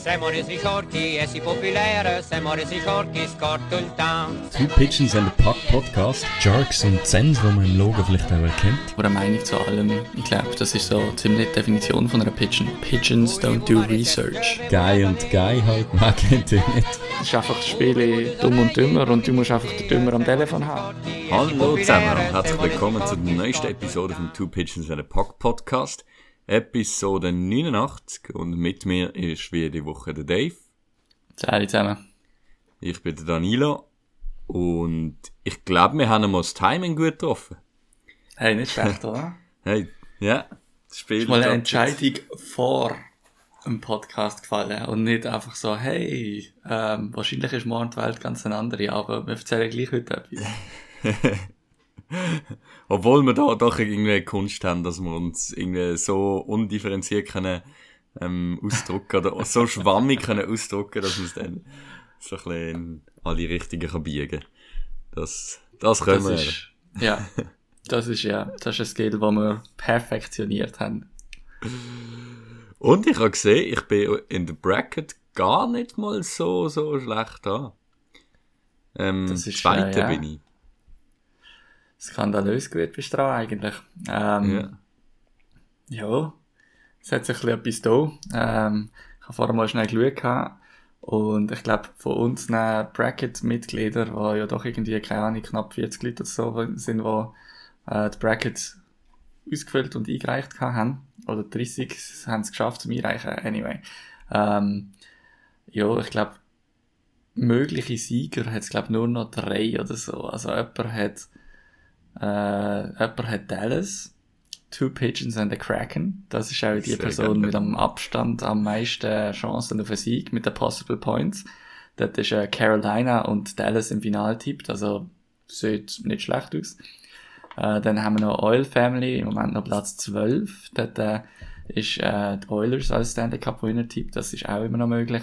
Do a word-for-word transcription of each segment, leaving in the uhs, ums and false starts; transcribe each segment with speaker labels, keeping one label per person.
Speaker 1: Siamo resi sciorchi e si popolare, siamo resi sciorchi, scorto il town.
Speaker 2: Two Pigeons and a Puck Podcast. Jerks und Zens, die man im Logo vielleicht auch erkennt.
Speaker 3: Eine Meinung zu allem. Ich glaube, das ist so ziemlich die Definition von einer Pigeon. Pigeons don't do research.
Speaker 2: Guy und Guy halt, man kennt ihn nicht.
Speaker 3: Es ist einfach das Spiel dumm und dümmer und du musst einfach den Dümmer am Telefon haben.
Speaker 2: Hallo zusammen und herzlich willkommen zur neuesten Episode vom Two Pigeons and a Puck Podcast. Episode neunundachtzig und mit mir ist wie die Woche der Dave.
Speaker 3: Hallo zusammen.
Speaker 2: Ich bin der Danilo und ich glaube, wir haben mal das Timing gut getroffen.
Speaker 3: Hey, nicht schlecht, oder?
Speaker 2: Hey, ja. Das Spiel
Speaker 3: ist mal eine Entscheidung vor einem Podcast gefallen und nicht einfach so, hey, ähm, wahrscheinlich ist morgen die Welt ganz eine andere, aber wir erzählen gleich heute etwas.
Speaker 2: Obwohl wir da doch irgendwie Kunst haben, dass wir uns irgendwie so undifferenziert können ähm, ausdrücken oder so schwammig können ausdrücken, dass wir es dann so ein bisschen in alle Richtungen kann biegen. Das, das können das wir.
Speaker 3: Ist, ja, das ist ja, das ist ein Skill, das wir perfektioniert haben.
Speaker 2: Und ich habe gesehen, ich bin in der Bracket gar nicht mal so, so schlecht da. Ähm,
Speaker 3: das ist,
Speaker 2: Zweiter
Speaker 3: äh, ja.
Speaker 2: bin ich.
Speaker 3: Skandalös gut bist du dran, eigentlich. Ähm, ja. Ja, es hat sich ein bisschen etwas da. Ähm, ich habe vorher mal schnell geschaut und ich glaube, von uns Bracket-Mitglieder, die ja doch irgendwie, keine Ahnung, knapp vierzig Leute oder so sind, die äh, die Bracket ausgefüllt und eingereicht haben, oder dreißig haben es geschafft zum Einreichen, anyway. Ähm, ja, ich glaube, mögliche Sieger hat es, glaube nur noch drei oder so. Also jemand hat Äh, jemand hat Dallas, Two Pigeons and a Kraken. Das ist auch die
Speaker 2: Sehr
Speaker 3: Person
Speaker 2: gerne.
Speaker 3: mit am Abstand am meisten Chancen auf einen Sieg mit den Possible Points. Dort ist äh, Carolina und Dallas im Finaltipp, also sieht nicht schlecht aus. Äh, dann haben wir noch Oil Family, im Moment noch Platz zwölf. Dort äh, ist äh, die Oilers als Stanley Cup Winner Tipp, das ist auch immer noch möglich.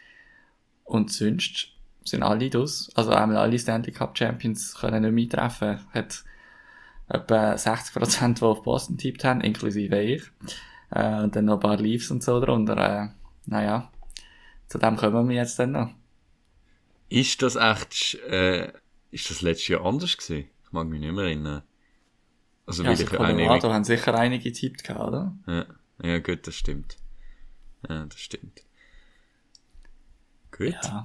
Speaker 3: Und sonst sind alle das, also einmal alle Stanley Cup Champions können nicht mehr treffen. Hat etwa sechzig Prozent, die auf Boston tippt haben, inklusive ich. Äh, und dann noch ein paar Leafs und so drunter. Äh, naja, zu dem kommen wir jetzt dann noch.
Speaker 2: Ist das echt, äh, ist das letztes Jahr anders gewesen? Ich mag mich nicht mehr erinnern. Also,
Speaker 3: Ja,
Speaker 2: weil
Speaker 3: also
Speaker 2: ich ja
Speaker 3: Colorado
Speaker 2: auch
Speaker 3: haben sicher einige getippt gehabt, oder?
Speaker 2: ja, ja, gut, das stimmt. Ja, das stimmt. Gut.
Speaker 3: Ja.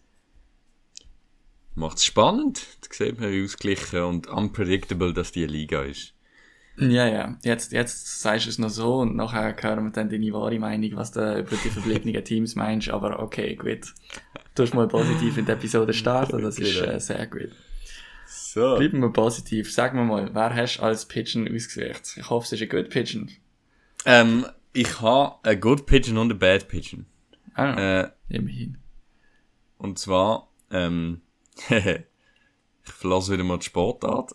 Speaker 2: Macht's spannend. Da sieht man, wie ausgeglichen und unpredictable, dass die Liga ist.
Speaker 3: Ja, ja. Jetzt, jetzt sagst du es noch so und nachher hören wir dann deine wahre Meinung, was du über die verbliebenen Teams meinst. Aber okay, gut. Du hast mal positiv in die Episode starten, das ist äh, sehr gut.
Speaker 2: So.
Speaker 3: Bleiben wir positiv. Sag mir mal, wer hast du als Pigeon ausgesucht? Ich hoffe, es ist ein Good Pigeon.
Speaker 2: Ähm, ich habe a Good Pigeon und a Bad Pigeon.
Speaker 3: Ah,
Speaker 2: Äh,
Speaker 3: immerhin.
Speaker 2: und zwar, ähm, ich verlasse wieder mal die Sportart.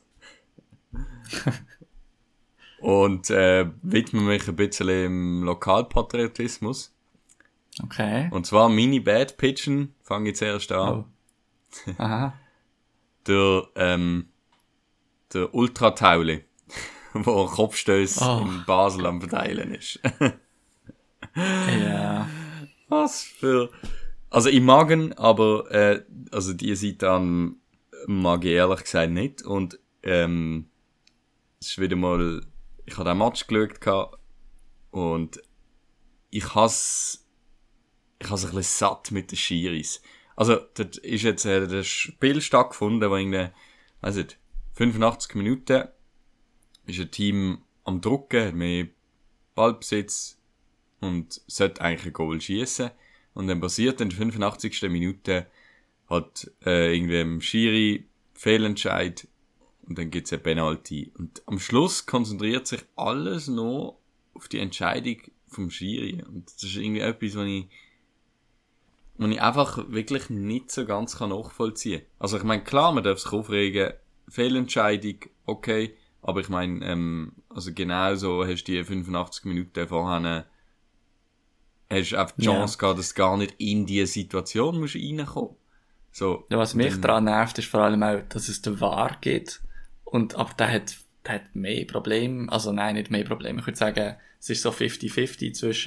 Speaker 2: Und äh, widme mich ein bisschen im Lokalpatriotismus.
Speaker 3: Okay.
Speaker 2: Und zwar meine Bad Pigeon, fange ich zuerst an.
Speaker 3: Oh. Aha.
Speaker 2: Der, ähm, der Ultra-Tauli, wo Kopfstöße
Speaker 3: Oh.
Speaker 2: in Basel am Verteilen ist.
Speaker 3: Ja.
Speaker 2: Was für... Also ich mag ihn, aber äh, also die Seite an mag ich ehrlich gesagt nicht. Und ähm, es ist wieder mal... Ich habe den Match geschaut gehabt und ich has ich has ein bisschen satt mit den Schiris. Also dort ist jetzt äh, das Spiel stattgefunden, wo irgendwie, weiss nicht, fünfundachtzig Minuten ist ein Team am Drucken, hat mehr Ballbesitz und sollte eigentlich ein Goal schießen. Und dann passiert in der fünfundachtzigsten Minute hat äh, irgendwie im Schiri Fehlentscheid und dann gibt's eine Penalty. Und am Schluss konzentriert sich alles noch auf die Entscheidung vom Schiri. Und das ist irgendwie etwas, was ich, was ich einfach wirklich nicht so ganz kann nachvollziehen kann. Also ich meine, klar, man darf sich aufregen, Fehlentscheidung, okay, aber ich meine, ähm, also genau so hast du die fünfundachtzig Minuten vorher hast du einfach die Chance
Speaker 3: Ja.
Speaker 2: gehabt, dass du gar nicht in diese Situation musst reinkommen. So.
Speaker 3: Ja, was mich
Speaker 2: dann-
Speaker 3: daran nervt, ist vor allem auch, dass es den V A R gibt. Und, aber der hat, der hat mehr Probleme. Also nein, nicht mehr Probleme. Ich würde sagen, es ist so fifty fifty zwischen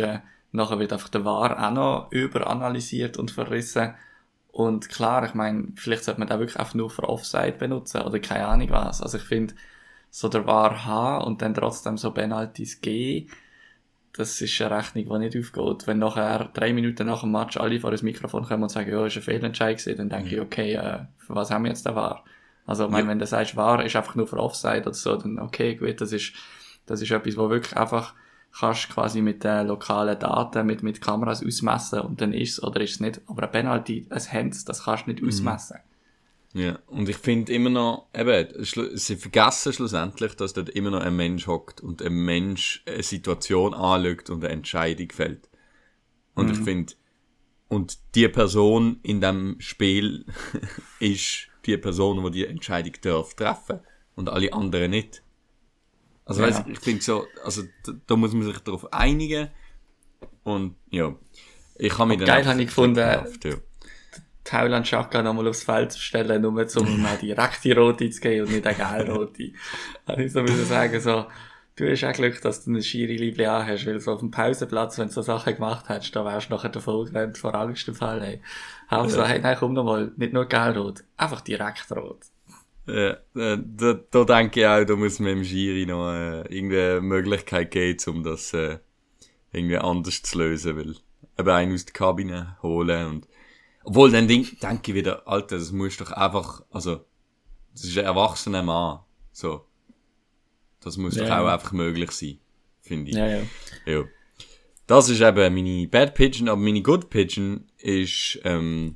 Speaker 3: nachher wird einfach der V A R auch noch überanalysiert und verrissen. Und klar, ich meine, vielleicht sollte man da wirklich einfach nur für Offside benutzen oder keine Ahnung was. Also ich finde, so der V A R haben und dann trotzdem so Penalties geben, das ist eine Rechnung, die nicht aufgeht. Wenn nachher drei Minuten nach dem Match alle vor das Mikrofon kommen und sagen, ja, ist ein Fehlentscheid gewesen, dann denke ich, okay, äh, für was haben wir jetzt den V A R? Also, ich meine, ja. wenn du sagst, V A R ist einfach nur für Offside oder so, dann okay, gut, das ist, das ist etwas, wo wirklich einfach kannst quasi mit den lokalen Daten, mit, mit Kameras ausmessen und dann ist es oder ist es nicht. Aber ein Penalty, ein Hands, das kannst du nicht mhm. ausmessen.
Speaker 2: Ja, und ich finde immer noch, eben, sie vergessen schlussendlich, dass dort immer noch ein Mensch hockt und ein Mensch eine Situation anschaut und eine Entscheidung fällt. Und mhm. ich finde, und die Person in dem Spiel ist die Person, die die Entscheidung darf treffen und alle anderen nicht. Also, ja. weißt, ich finde so, also, da, da muss man sich darauf einigen. Und, ja, ich habe mich dann
Speaker 3: geil habe ich gefunden, gekauft, ja. Tauland Xhaka nochmal aufs Feld zu stellen, nur um mal direkt die Rote zu geben und nicht eine gelb-rote. Also ich so müssen sagen, so, du hast auch Glück, dass du eine Schiri-Liebli hast, weil so auf dem Pausenplatz, wenn du so Sachen gemacht hättest, da wärst du nachher davon gerannt, vor Angst im Fall, hey. Hab so, hey, nein, komm nochmal, nicht nur gelb-rot, einfach direkt rot.
Speaker 2: Ja, äh, da, da denke ich auch, da muss man im Schiri noch äh, irgendeine Möglichkeit geben, um das äh, irgendwie anders zu lösen, weil eben einen aus der Kabine holen und obwohl, dann denke ich wieder, Alter, das muss doch einfach, also, das ist ein erwachsener Mann, so. Das muss ja, doch auch ja. einfach möglich sein, finde ich.
Speaker 3: Ja, ja.
Speaker 2: Ja. Das ist eben meine Bad Pigeon, aber meine Good Pigeon ist, ähm,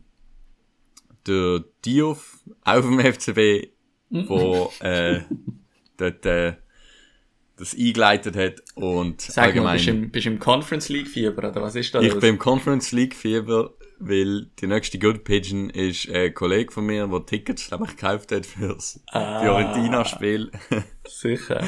Speaker 2: der Diouf auf dem F C B, wo, äh, dort, äh, das eingeleitet hat und
Speaker 3: Sag allgemein... Mal, bist du im, bist im Conference League Fieber, oder was ist da
Speaker 2: Ich
Speaker 3: los?
Speaker 2: bin im Conference League Fieber, weil die nächste Good Pigeon ist ein Kollege von mir, der Tickets, glaube ich, gekauft hat fürs ah, Fiorentina-Spiel.
Speaker 3: Sicher.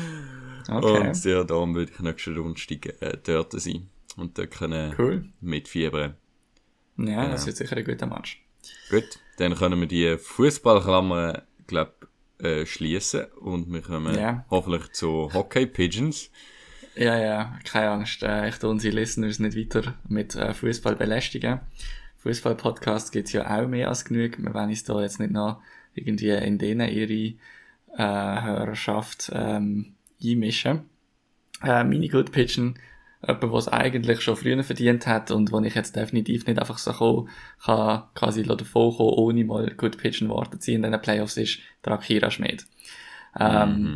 Speaker 3: Okay.
Speaker 2: Und ja, darum würde ich nächsten Donnerstag äh, dort sein und dort können
Speaker 3: cool.
Speaker 2: mitfiebern.
Speaker 3: Ja,
Speaker 2: genau.
Speaker 3: Das wird sicher ein guter Match.
Speaker 2: Gut, dann können wir die Fußballklammer, glaube äh, schließen und wir kommen ja. hoffentlich zu Hockey Pigeons.
Speaker 3: Ja, ja, keine Angst. Äh, ich tue unsere Listeners nicht weiter mit äh, Fußball belästigen. Fußball-Podcasts gibt's ja auch mehr als genug. Wir wollen uns da jetzt nicht noch irgendwie in denen ihre äh, Hörerschaft ähm, einmischen. Äh, meine Good Pigeon, jemand, der es eigentlich schon früher verdient hat und wo ich jetzt definitiv nicht einfach so kommen kann, quasi davon kommen, ohne mal Good Pigeon Worte zu ziehen in den Playoffs, ist der Akira Schmid. Ähm, mhm.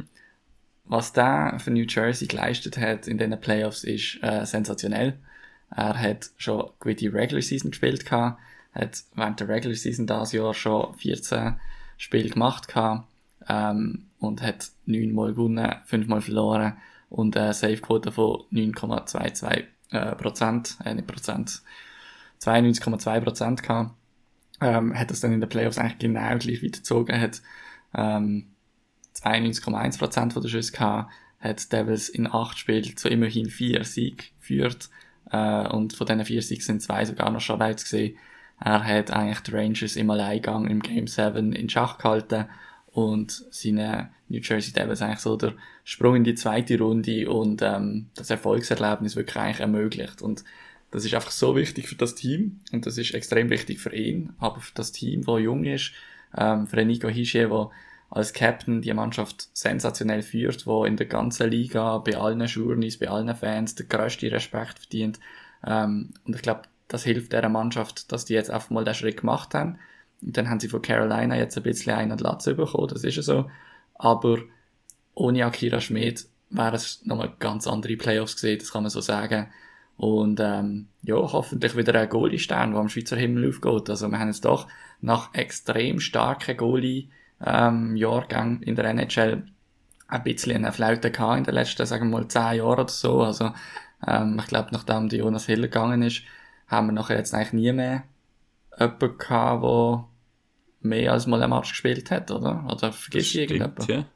Speaker 3: Was der für New Jersey geleistet hat in diesen Playoffs ist äh, sensationell. Er hat schon gute Regular Season gespielt gehabt, hat während der Regular Season dieses Jahr schon vierzehn Spiele gemacht gehabt, ähm, und hat neun Mal gewonnen, fünf Mal verloren und eine Save-Quote von neun Komma zweiundzwanzig Prozent, äh, nicht Prozent, zweiundneunzig Komma zwei Prozent gehabt. Ähm, hat das dann in den Playoffs eigentlich genau gleich weitergezogen, hat ähm, zweiundneunzig Komma eins Prozent von der Schüsse gehabt, hat Devils in acht Spielen zu immerhin vier Siegen geführt, äh, und von diesen vier Siegen sind zwei sogar noch Shutouts gesehen. Er hat eigentlich die Rangers im Alleingang im Game sieben in Schach gehalten und seine New Jersey Devils eigentlich so der Sprung in die zweite Runde und ähm, das Erfolgserlebnis wirklich eigentlich ermöglicht. Und das ist einfach so wichtig für das Team und das ist extrem wichtig für ihn, aber für das Team, das jung ist, ähm, für Nico Hischier, der als Captain die Mannschaft sensationell führt, wo in der ganzen Liga, bei allen Journeys, bei allen Fans der grösste Respekt verdient. Ähm, und ich glaube, das hilft dieser Mannschaft, dass die jetzt einfach mal den Schritt gemacht haben. Und dann haben sie von Carolina jetzt ein bisschen einen Latz bekommen, das ist ja so. Aber ohne Akira Schmid wäre es nochmal ganz andere Playoffs gesehen, das kann man so sagen. Und ähm, ja, hoffentlich wieder ein Goalie-Stern, der am Schweizer Himmel aufgeht. Also wir haben jetzt doch nach extrem starken Goalie ähm, Jahrgang in der N H L ein bisschen eine Flaute gehabt in den letzten, sagen wir mal, zehn Jahren oder so. Also ähm, ich glaube, nachdem der Jonas Hiller gegangen ist, haben wir nachher jetzt eigentlich nie mehr jemanden gehabt, der mehr als mal ein Match gespielt hat, oder? Oder vergisst du irgendjemanden? Ja.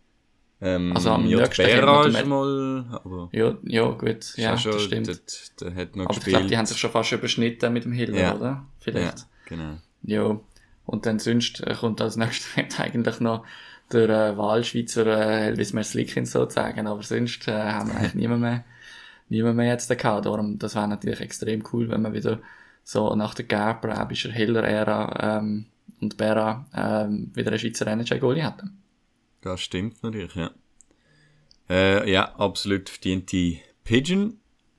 Speaker 2: Ähm,
Speaker 3: also am
Speaker 2: ja,
Speaker 3: nächsten
Speaker 2: Bera ist mal, aber...
Speaker 3: Ja, ja, gut, ja,
Speaker 2: schon,
Speaker 3: das stimmt.
Speaker 2: Der, der hat noch
Speaker 3: aber
Speaker 2: gespielt.
Speaker 3: ich glaube, die haben sich schon fast überschnitten mit dem Hiller,
Speaker 2: ja.
Speaker 3: oder? Vielleicht.
Speaker 2: Ja, genau.
Speaker 3: Ja, und dann sonst kommt als nächstes eigentlich noch der äh, Wahlschweizer äh, Elvis Merzlikins sozusagen, aber sonst äh, haben wir eigentlich niemand mehr. niemand mehr jetzt gehabt. Darum, das wäre natürlich extrem cool, wenn man wieder so nach der Gerber, Abischer, Hiller-Ära ähm, und Berra ähm, wieder einen Schweizer N H L-Goalie hätten.
Speaker 2: Das stimmt natürlich, ja. Äh, ja, absolut verdiente Pigeon.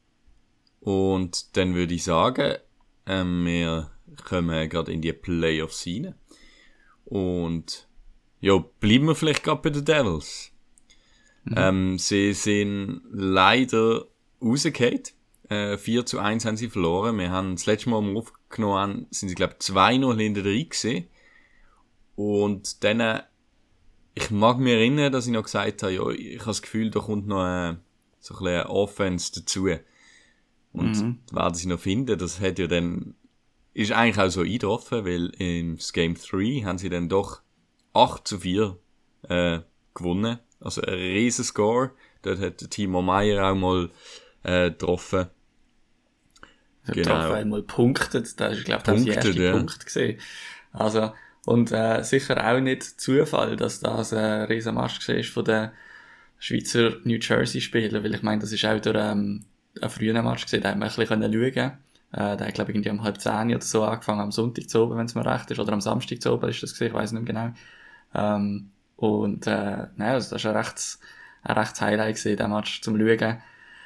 Speaker 2: Und dann würde ich sagen, ähm, wir kommen gerade in die Playoffs rein. Und ja, bleiben wir vielleicht gerade bei den Devils. Mhm. Ähm, sie sind leider rausgefallen. Äh, vier zu eins haben sie verloren. Wir haben das letzte Mal, als wir aufgenommen haben, sind sie, glaube ich, zwei null hinter drin gewesen. Und dann, äh, ich mag mich erinnern, dass ich noch gesagt habe, ja, ich habe das Gefühl, da kommt noch äh, so ein bisschen Offense dazu. Und mhm. werden sie noch finden. Das hat ja dann, ist eigentlich auch so eingetroffen, weil im Game drei haben sie dann doch acht zu vier äh, gewonnen. Also ein riesen Score. Dort hat Timo Meier auch mal äh, getroffen.
Speaker 3: Er hat genau. einmal punktet. Das ist, glaube ich, der erste ja. Punkt gesehen. Also, und äh, sicher auch nicht Zufall, dass das ein riesen Match war von den Schweizer New Jersey Spielern, weil ich meine, das ist auch durch ähm, einen frühen Match gesehen, da haben wir ein bisschen schauen können. Äh, der hat, glaube ich, irgendwie um halb zehn oder so angefangen, am Sonntag zu oben, wenn es mir recht ist, oder am Samstag zu oben ist das gesehen, ich weiss nicht mehr genau. Ähm, und, äh, nein, also das war ein rechtes, ein rechtes Highlight gewesen, der Match zum Schauen.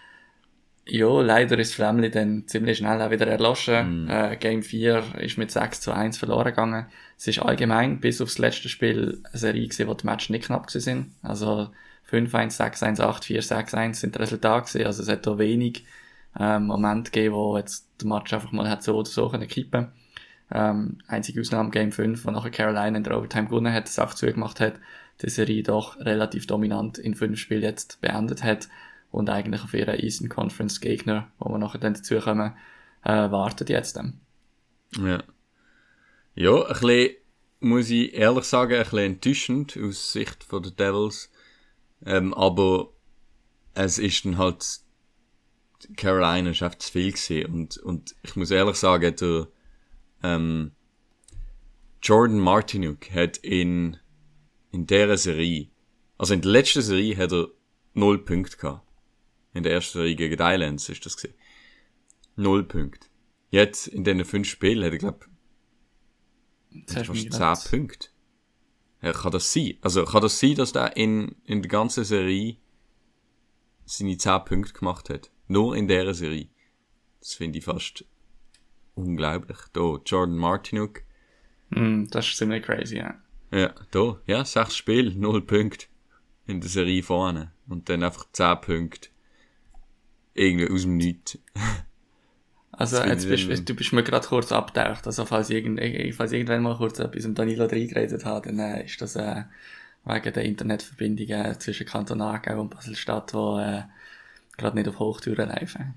Speaker 3: Ja, leider ist Flämmli dann ziemlich schnell auch wieder erloschen. Mm. Äh, Game vier ist mit sechs zu eins verloren gegangen. Es ist allgemein bis aufs letzte Spiel eine Serie gewesen, wo die Matches nicht knapp gewesen sind. Also fünf eins, sechs eins, acht vier, sechs eins sind die Resultate gewesen. Also es hat da wenig ähm, Momente gegeben, wo jetzt der Match einfach mal hat so oder so können kippen. Ähm, einzige Ausnahme Game fünf, wo nachher Carolina in der Overtime gewonnen hat, das acht zugemacht hat, die Serie doch relativ dominant in fünf Spielen jetzt beendet hat. Und eigentlich auf ihren Eastern Conference Gegner, wo wir nachher dann dazu kommen, äh, wartet jetzt dann.
Speaker 2: Ja. Ja, ein bisschen, muss ich ehrlich sagen, ein bisschen enttäuschend aus Sicht von den Devils. Ähm, aber es ist dann halt, Carolina ist einfach zu viel gewesen. Und, und ich muss ehrlich sagen, der, ähm, Jordan Martinook hat in, in dieser Serie, also in der letzten Serie hat er null Punkte gehabt. In der ersten Serie gegen die Islands ist das gewesen. Null Punkte. Jetzt, in diesen fünf Spielen, hat er, glaub fast zehn Punkte. Ja, kann das sein? Also, kann das sein, dass der in, in der ganzen Serie seine zehn Punkte gemacht hat? Nur in dieser Serie. Das finde ich fast unglaublich. Da, Jordan Martinook.
Speaker 3: Mm, das ist ziemlich crazy, ja.
Speaker 2: Ja, da, ja, sechs Spiele, null Punkte. In der Serie vorne. Und dann einfach zehn Punkte. Irgendwie aus dem Nichts.
Speaker 3: Also, jetzt bist, du bist mir gerade kurz abgetaucht. Also, falls, irgend, falls irgendwann mal kurz etwas um Danilo reingeredet hat, dann äh, ist das äh, wegen der Internetverbindungen zwischen Kanton Aargau und Basel-Stadt, die äh, gerade nicht auf Hochtouren laufen.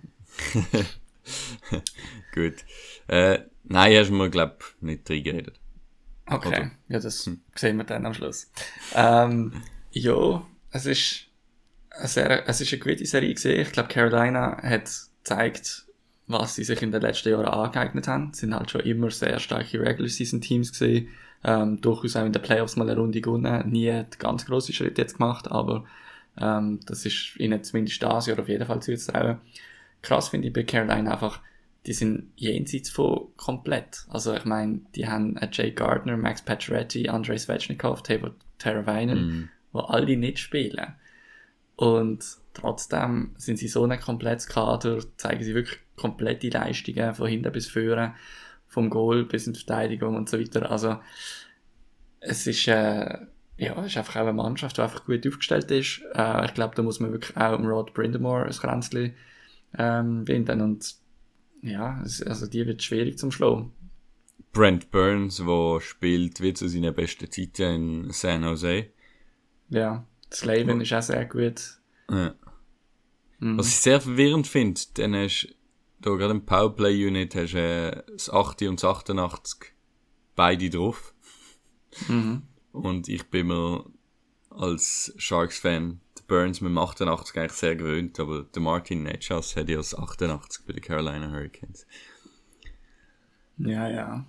Speaker 2: Gut. Äh, nein, hast du mir, glaube ich, nicht reingeredet.
Speaker 3: Okay, oder? Ja, das hm. sehen wir dann am Schluss. Ähm, ja, es ist eine sehr, es ist eine gute Serie gewesen. Ich glaube, Carolina hat gezeigt, was sie sich in den letzten Jahren angeeignet haben. Sie sind halt schon immer sehr starke Regular-Season-Teams gewesen. Ähm, durchaus auch in den Playoffs mal eine Runde gewonnen. Nie einen ganz grossen Schritt jetzt gemacht, aber ähm, das ist ihnen zumindest das Jahr auf jeden Fall zuzutrauen. Krass finde ich bei Carolina einfach, die sind jenseits von komplett. Also ich meine, die haben Jay Gardner, Max Pacioretty, Andrei Svechnikov, Teuvo Teravainen, mm. die alle nicht spielen. Und trotzdem sind sie so ein komplettes Kader, zeigen sie wirklich komplette Leistungen von hinten bis vorne, vom Goal bis in die Verteidigung und so weiter. Also es ist, äh, ja, es ist einfach auch eine Mannschaft, die einfach gut aufgestellt ist. Äh, ich glaube, da muss man wirklich auch um Rod Brind'Amour ein Kränzchen ähm, binden. Und ja, es, also die wird schwierig zum Schlagen.
Speaker 2: Brent Burns, der spielt wie zu seinen besten Zeiten in San Jose.
Speaker 3: Ja. Slavin ist auch sehr gut.
Speaker 2: Ja. Mhm. Was ich sehr verwirrend finde, dann hast du gerade im Powerplay-Unit hast äh, das achtzig und das achtundachtzig beide drauf.
Speaker 3: Mhm.
Speaker 2: Und ich bin mir als Sharks-Fan der Burns mit dem achtundachtzig eigentlich sehr gewöhnt, aber der Martin Netschas hat ja das achtundachtzig bei den Carolina Hurricanes.
Speaker 3: Ja, ja.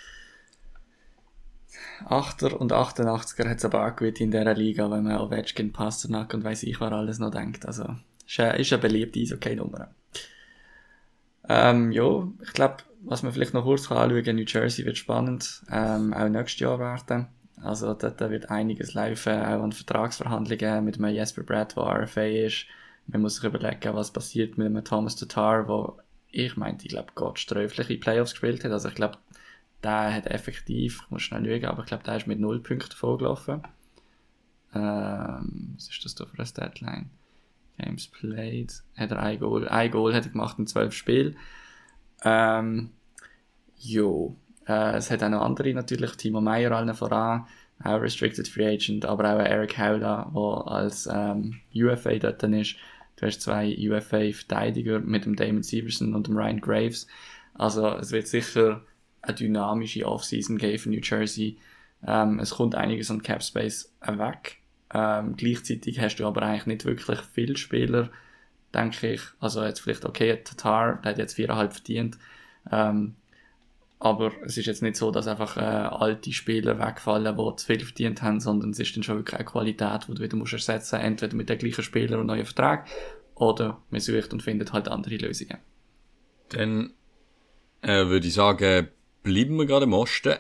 Speaker 3: Achter und achtundachtziger hat es aber auch gut in dieser Liga, wenn man Ovechkin, Pasternak und weiss ich, wer alles noch denkt. Also, Ist eine, ist eine beliebte Eishockey-Nummer. Ähm, ja, ich glaube, was man vielleicht noch kurz anschauen kann, New Jersey wird spannend, ähm, auch nächstes Jahr werden. Also dort wird einiges laufen, auch an Vertragsverhandlungen mit einem Jesper Bratt, der R F A ist. Man muss sich überlegen, was passiert mit einem Thomas Tatar, der, ich meinte, ich glaube, Gott sträufliche Playoffs gespielt hat. Also ich glaube, der hat effektiv, ich muss schnell schauen, aber ich glaube, der ist mit null Punkten vorgelaufen. Ähm, was ist das da für eine Statline? Games played, hat er ein Goal, ein Goal hat er gemacht in zwölf Spielen. Ähm, jo, äh, es hat auch noch andere natürlich, Timo Meyer allen voran, auch Restricted Free Agent, aber auch Eric Howla, der als ähm, U F A dort ist. Du hast zwei U F A-Verteidiger mit dem Damon Severson und dem Ryan Graves. Also es wird sicher eine dynamische Offseason geben für New Jersey. Ähm, es kommt einiges an Cap Space weg. Ähm, gleichzeitig hast du aber eigentlich nicht wirklich viele Spieler, denke ich. Also jetzt vielleicht okay, Tatar, der hat jetzt viereinhalb verdient. Ähm, aber es ist jetzt nicht so, dass einfach äh, alte Spieler wegfallen, die zu viel verdient haben, sondern es ist dann schon wirklich eine Qualität, die du wieder musst ersetzen musst, entweder mit den gleichen Spielern und neuen Vertrag, oder man sucht und findet halt andere Lösungen.
Speaker 2: Dann äh, würde ich sagen, bleiben wir gerade im Osten.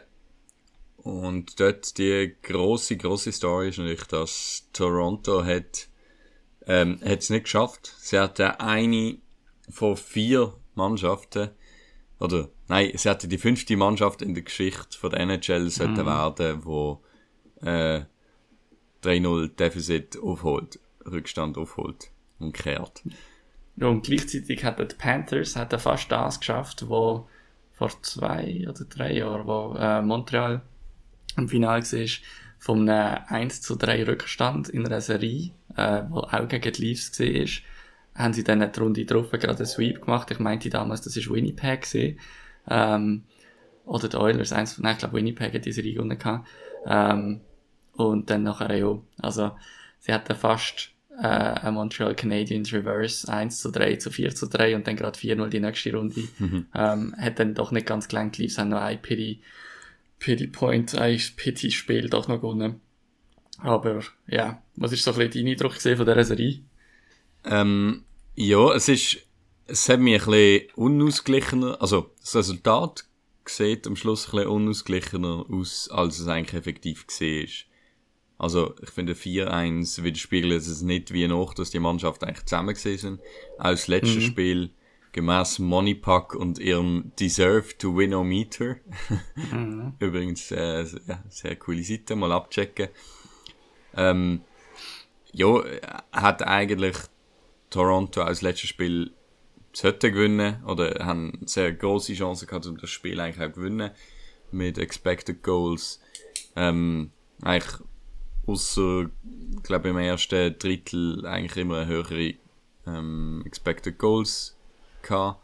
Speaker 2: Und dort die grosse, grosse Story ist natürlich, dass Toronto hat, ähm, hat es nicht geschafft. Sie hatte eine von vier Mannschaften, oder, nein, sie hatte die fünfte Mannschaft in der Geschichte von der N H L sollte mm. werden, wo, äh, drei null Defizit aufholt, Rückstand aufholt und kehrt.
Speaker 3: Ja, und gleichzeitig hatten die Panthers hatten fast das geschafft, wo vor zwei oder drei Jahren, wo, äh, Montreal im Finale war, von einem eins zu drei Rückstand in einer Serie, äh, wo auch gegen die Leafs war, haben sie dann die Runde drauf gerade einen Sweep gemacht. Ich meinte damals, das war Winnipeg gewesen. Ähm, oder die Oilers, eins von, nein, ich glaube Winnipeg hat die Serie gewonnen gehabt. Ähm, und dann nachher ja, also, sie hatten fast, äh, ein Montreal Canadiens Reverse eins zu drei zu vier zu drei und dann gerade vier null die nächste Runde.
Speaker 2: Mhm.
Speaker 3: Ähm, hat dann doch nicht ganz gelangt. Die Leafs haben noch ein Pity, Pity Point, ein Pity-Spiel doch noch gewonnen. Aber, ja, was ist so ein bisschen dein Eindruck gesehen von dieser Serie?
Speaker 2: Ähm, ja, es ist, es hat mich ein bisschen unausgeglichener, also das Resultat sieht am Schluss ein bisschen unausgeglichener aus, als es eigentlich effektiv war. Also, ich finde, vier eins widerspiegelt es nicht wie noch, dass die Mannschaft eigentlich zusammen gewesen sind. Auch das letzte mhm. Spiel, gemäss Moneypuck und ihrem Deserve to Win-O-Meter. mhm. Übrigens, äh, ja, sehr coole Seite, mal abchecken. Ähm, ja, hat eigentlich Toronto als letztes Spiel sollte gewinnen, oder haben sehr grosse Chancen gehabt, um das Spiel eigentlich auch gewinnen, mit Expected Goals. Ähm, eigentlich, ausser, glaube im ersten Drittel eigentlich immer eine höhere ähm, Expected Goals gehabt.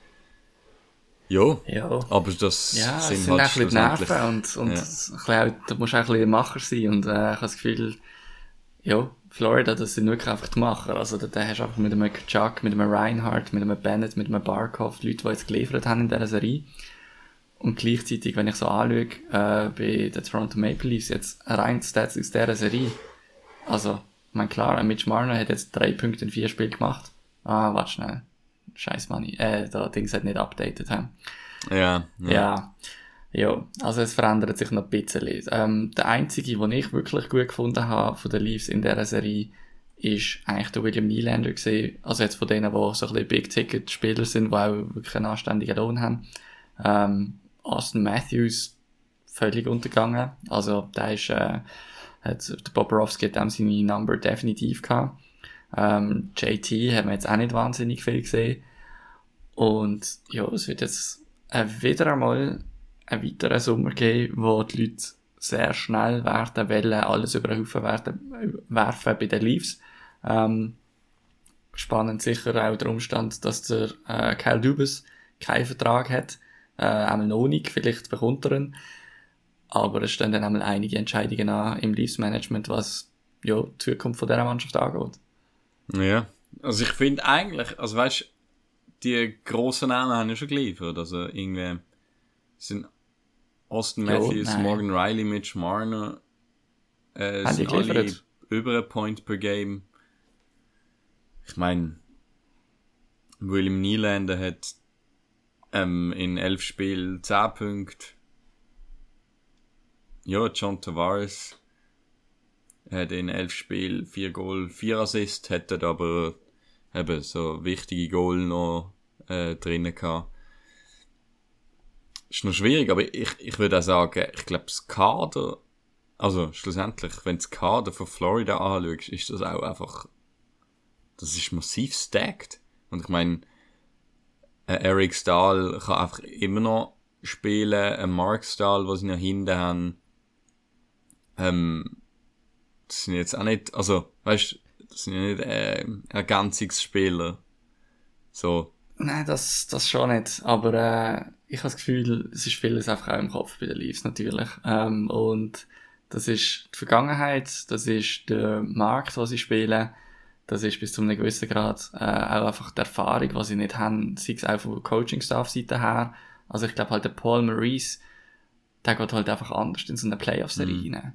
Speaker 2: Ja,
Speaker 3: ja,
Speaker 2: aber das
Speaker 3: ja,
Speaker 2: sind,
Speaker 3: sind
Speaker 2: halt
Speaker 3: auch ein bisschen Nerven und, und ja. bisschen, da musst du auch ein bisschen Macher sein und äh, ich habe das Gefühl, ja, Florida, das sind wirklich einfach die Macher. Also da, da hast du einfach mit einem Chuck, mit einem Reinhardt, mit einem Bennett, mit einem Barkov Leute, die jetzt geliefert haben in dieser Serie. Und gleichzeitig, wenn ich so anschaue, äh, bei den Toronto Maple Leafs jetzt rein Stats aus dieser Serie. Also, ich meine, klar, Mitch Marner hat jetzt drei Punkte in vier Spielen gemacht. Ah, warte schnell. Scheiß Money. Äh, da Dings hat nicht updated haben.
Speaker 2: Ja.
Speaker 3: Ja. Ja. Ja, also es verändert sich noch ein bisschen. Ähm, der einzige, den ich wirklich gut gefunden habe von den Leafs in dieser Serie, ist eigentlich der William Nylander gewesen. Also jetzt von denen, die so ein bisschen Big-Ticket-Spieler sind, die auch wirklich einen anständigen Lohn haben. Ähm, Austin Matthews völlig untergegangen. Also der ist, äh, hat, der Bobrovsky hat dem seine Number definitiv gehabt. Ähm, J T haben wir jetzt auch nicht wahnsinnig viel gesehen. Und ja, es wird jetzt äh, wieder einmal einen weiteren Sommer geben, wo die Leute sehr schnell werden wollen, alles über den Haufen werden, werfen bei den Leafs. Ähm, spannend sicher auch der Umstand, dass der äh, Kyle Dubas keinen Vertrag hat. Äh, einmal noch nicht, vielleicht bekommt er ihn. Aber es stehen dann einmal einige Entscheidungen an im Leafs-Management, was ja, die Zukunft von dieser Mannschaft angeht.
Speaker 2: Ja, also ich finde eigentlich, also weißt du, die grossen Namen haben ja schon geliefert. Also irgendwie sind Austin Matthews, jo, Morgan Riley, Mitch Marner, äh, sind alle über ein Point per Game. ich meine, William Nylander hat ähm, in elf Spielen zehn Punkte. Ja, John Tavares hat in elf Spielen vier Goal, vier Assists, hat dort aber eben so wichtige Goal noch äh, drinnen gehabt. Ist noch schwierig, aber ich, ich würde auch sagen, ich glaube, das Kader, also schlussendlich, wenn du das Kader von Florida anschaust, ist das auch einfach, das ist massiv stacked. Und ich meine, äh, Eric Stahl kann einfach immer noch spielen, ein Mark Stahl, was sie noch hinten haben, ähm, das sind jetzt auch nicht, also, weißt, das sind ja nicht äh, Ergänzungsspieler. So.
Speaker 3: Nein, das, das schon nicht. Aber äh, ich habe das Gefühl, es ist vieles einfach auch im Kopf bei den Leafs natürlich. Ähm, und das ist die Vergangenheit, das ist der Markt, den sie spielen, das ist bis zu einem gewissen Grad äh, auch einfach die Erfahrung, die sie nicht haben, sei es auch von der Coaching-Staff-Seite her. Also ich glaube halt, der Paul Maurice, der geht halt einfach anders in so eine Playoff-Serie rein.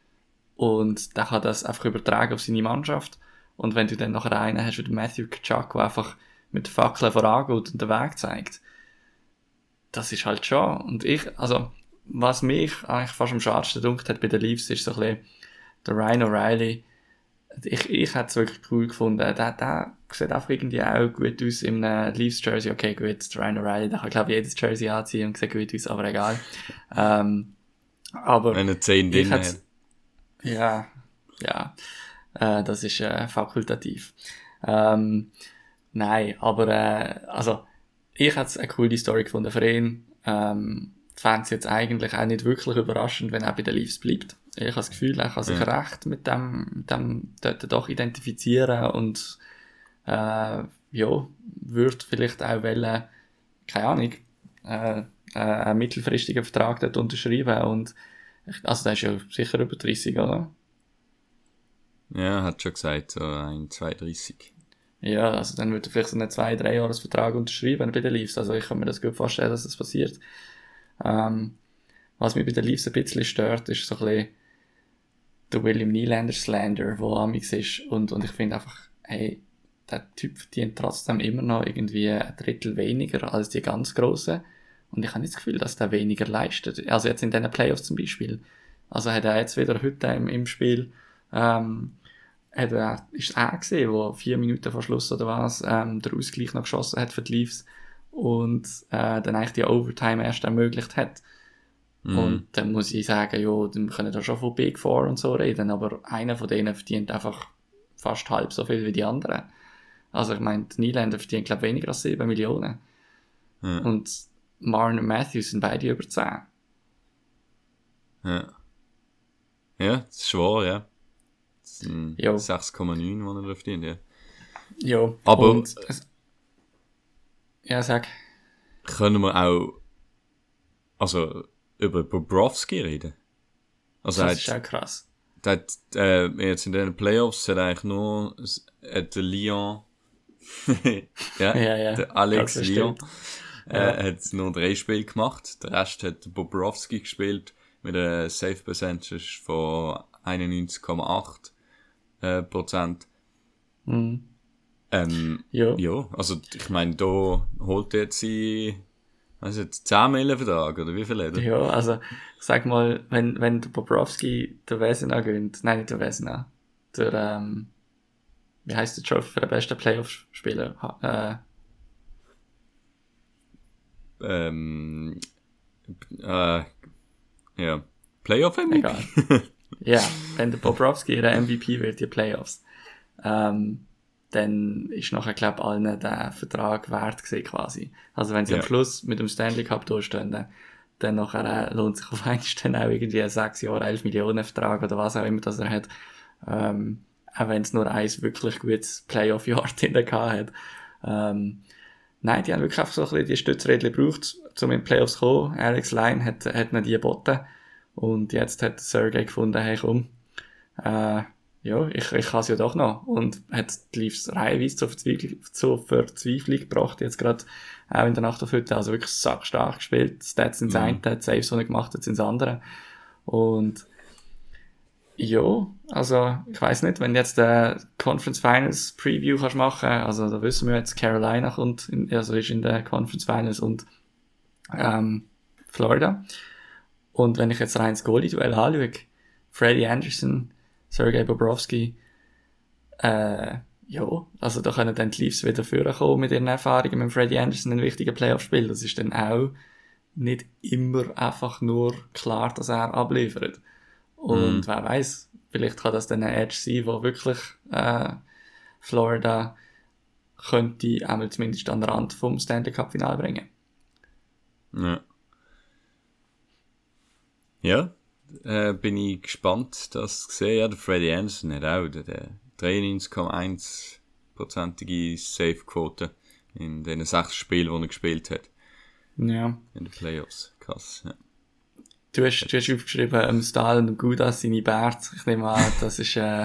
Speaker 3: Und der kann das einfach übertragen auf seine Mannschaft. Und wenn du dann nachher einen hast wie der Matthew Tkachuk, der einfach mit Fackeln vorangeht und den Weg zeigt, das ist halt schon. Und ich, also, was mich eigentlich fast am schadsten gedunkt hat bei den Leafs, ist so ein bisschen der Ryan O'Reilly. Ich, ich hätte es wirklich cool gefunden. Der, der sieht einfach irgendwie auch gut aus in einem Leafs-Jersey. Okay, gut, der Ryan O'Reilly, der kann, glaube ich, jedes Jersey anziehen und sieht gut aus, aber egal. Ähm, aber
Speaker 2: wenn er zehn drin hat.
Speaker 3: Ja, ja, äh, das ist äh, fakultativ. Ähm, nein, aber äh, also ich hätte es eine coole Story gefunden für ihn. Ähm, fände es jetzt eigentlich auch nicht wirklich überraschend, wenn er bei den Leafs bleibt. Ich habe das Gefühl, er kann sich ja. recht mit dem, mit dem dort doch identifizieren und äh, ja, würde vielleicht auch wollen, keine Ahnung, äh, äh, einen mittelfristigen Vertrag dort unterschreiben und also der ist ja sicher über dreißig, oder?
Speaker 2: Ja, hat schon gesagt, so ein zweiunddreißig.
Speaker 3: Ja, also dann würde er vielleicht so einen zwei-, drei Jahres Vertrag unterschreiben bei den Leafs. Also ich kann mir das gut vorstellen, dass das passiert. Ähm, was mich bei den Leafs ein bisschen stört, ist so ein bisschen der William Nylander Slander, der amix ist. Und, und ich finde einfach, hey, der Typ verdient trotzdem immer noch irgendwie ein Drittel weniger als die ganz Grossen. Und ich habe nicht das Gefühl, dass der weniger leistet. Also jetzt in diesen Playoffs zum Beispiel. Also hat er jetzt wieder heute im, im Spiel, ähm, hat er, ist er gesehen, wo vier Minuten vor Schluss oder was, ähm, der Ausgleich noch geschossen hat für die Leafs und äh, dann eigentlich die Overtime erst ermöglicht hat. Mm. Und dann muss ich sagen, ja, dann können wir schon von Big Four und so reden, aber einer von denen verdient einfach fast halb so viel wie die anderen. Also ich meine, die Nylander verdient, glaube ich, weniger als sieben Millionen. Mm. Und Marner und Matthews sind beide über zehn.
Speaker 2: Ja. Ja, das ist schwer, ja. Das sind sechs Komma neun, die er da verdient, ja.
Speaker 3: Ja,
Speaker 2: aber
Speaker 3: und, ja, sag.
Speaker 2: Können wir auch also über Bobrovsky reden? Also
Speaker 3: das
Speaker 2: hat,
Speaker 3: ist auch krass.
Speaker 2: Hat, äh, jetzt in den Playoffs hat eigentlich nur hat der Lyon ja,
Speaker 3: ja, ja,
Speaker 2: der Alex Lyon
Speaker 3: Ja.
Speaker 2: Äh, hat nur drei Spiele gemacht. Der Rest hat Bobrovsky gespielt mit einer Save Percentage von einundneunzig Komma acht äh, Prozent.
Speaker 3: Mhm.
Speaker 2: Ähm,
Speaker 3: ja.
Speaker 2: ja, also ich meine, da holt jetzt sie also zehn Millionen Vertrag, oder wie viel hat er?
Speaker 3: Ja, also sag mal, wenn, wenn der Bobrovsky der Vezina gönnt, nein, nicht der Vezina, der, ähm, wie heisst der Trophy für den besten Playoff-Spieler? Äh,
Speaker 2: ähm, äh, ja, Playoff M V P.
Speaker 3: Egal. Ja, wenn der Bobrovsky ihre M V P wird, die Playoffs, ähm, dann ist nachher, glaube ich, allen der Vertrag wert gewesen, quasi. Also wenn sie
Speaker 2: ja.
Speaker 3: am Schluss mit dem Stanley Cup durchstehen, dann, dann nachher äh, lohnt sich auf einmal dann auch irgendwie ein sechs Jahre, elf Millionen Vertrag oder was auch immer das er hat. Ähm, auch wenn es nur eins wirklich gutes Playoff-Jahr drin gehabt hat. Ähm, nein, die haben wirklich einfach so ein bisschen die Stützrädchen gebraucht, um in die Playoffs zu kommen. Alex Line hat, hat ihnen die geboten. Und jetzt hat Sergei gefunden, hey komm, äh, ja, ich, ich kann es ja doch noch. Und hat die Leafs reihenweise zur Verzweiflung, zur Verzweiflung gebracht, jetzt gerade auch in der Nacht auf heute. Also wirklich sackstark gespielt. Stats sind das eine, die Saves, die er gemacht hat, sind das andere. Und Ja, also ich weiß nicht, wenn du jetzt der Conference Finals Preview kannst machen, also da wissen wir jetzt, Carolina kommt, in, also ist in der Conference Finals und ähm, Florida. Und wenn ich jetzt rein das Goalie-Duell anschaue, Freddie Anderson, Sergei Bobrovsky, äh, ja, also da können dann die Leafs wieder vorkommen mit ihren Erfahrungen mit Freddie Anderson in wichtigen Playoff-Spielen. Das ist dann auch nicht immer einfach nur klar, dass er abliefert. Und mm. wer weiß, vielleicht kann das dann ein Edge sein, wo wirklich äh, Florida könnte einmal zumindest an den Rand vom Stanley Cup Final bringen.
Speaker 2: Ja. Ja, äh, bin ich gespannt, das zu sehen. Ja, der Freddie Anderson hat auch der, der dreiundneunzig Komma eins prozentige Save-Quote in den sechs Spielen, die er gespielt hat.
Speaker 3: Ja.
Speaker 2: In den Playoffs. Krass, ja.
Speaker 3: Du hast, du hast aufgeschrieben, um Stahl und um Gudas seine Bärte. Ich nehme an, das ist, äh...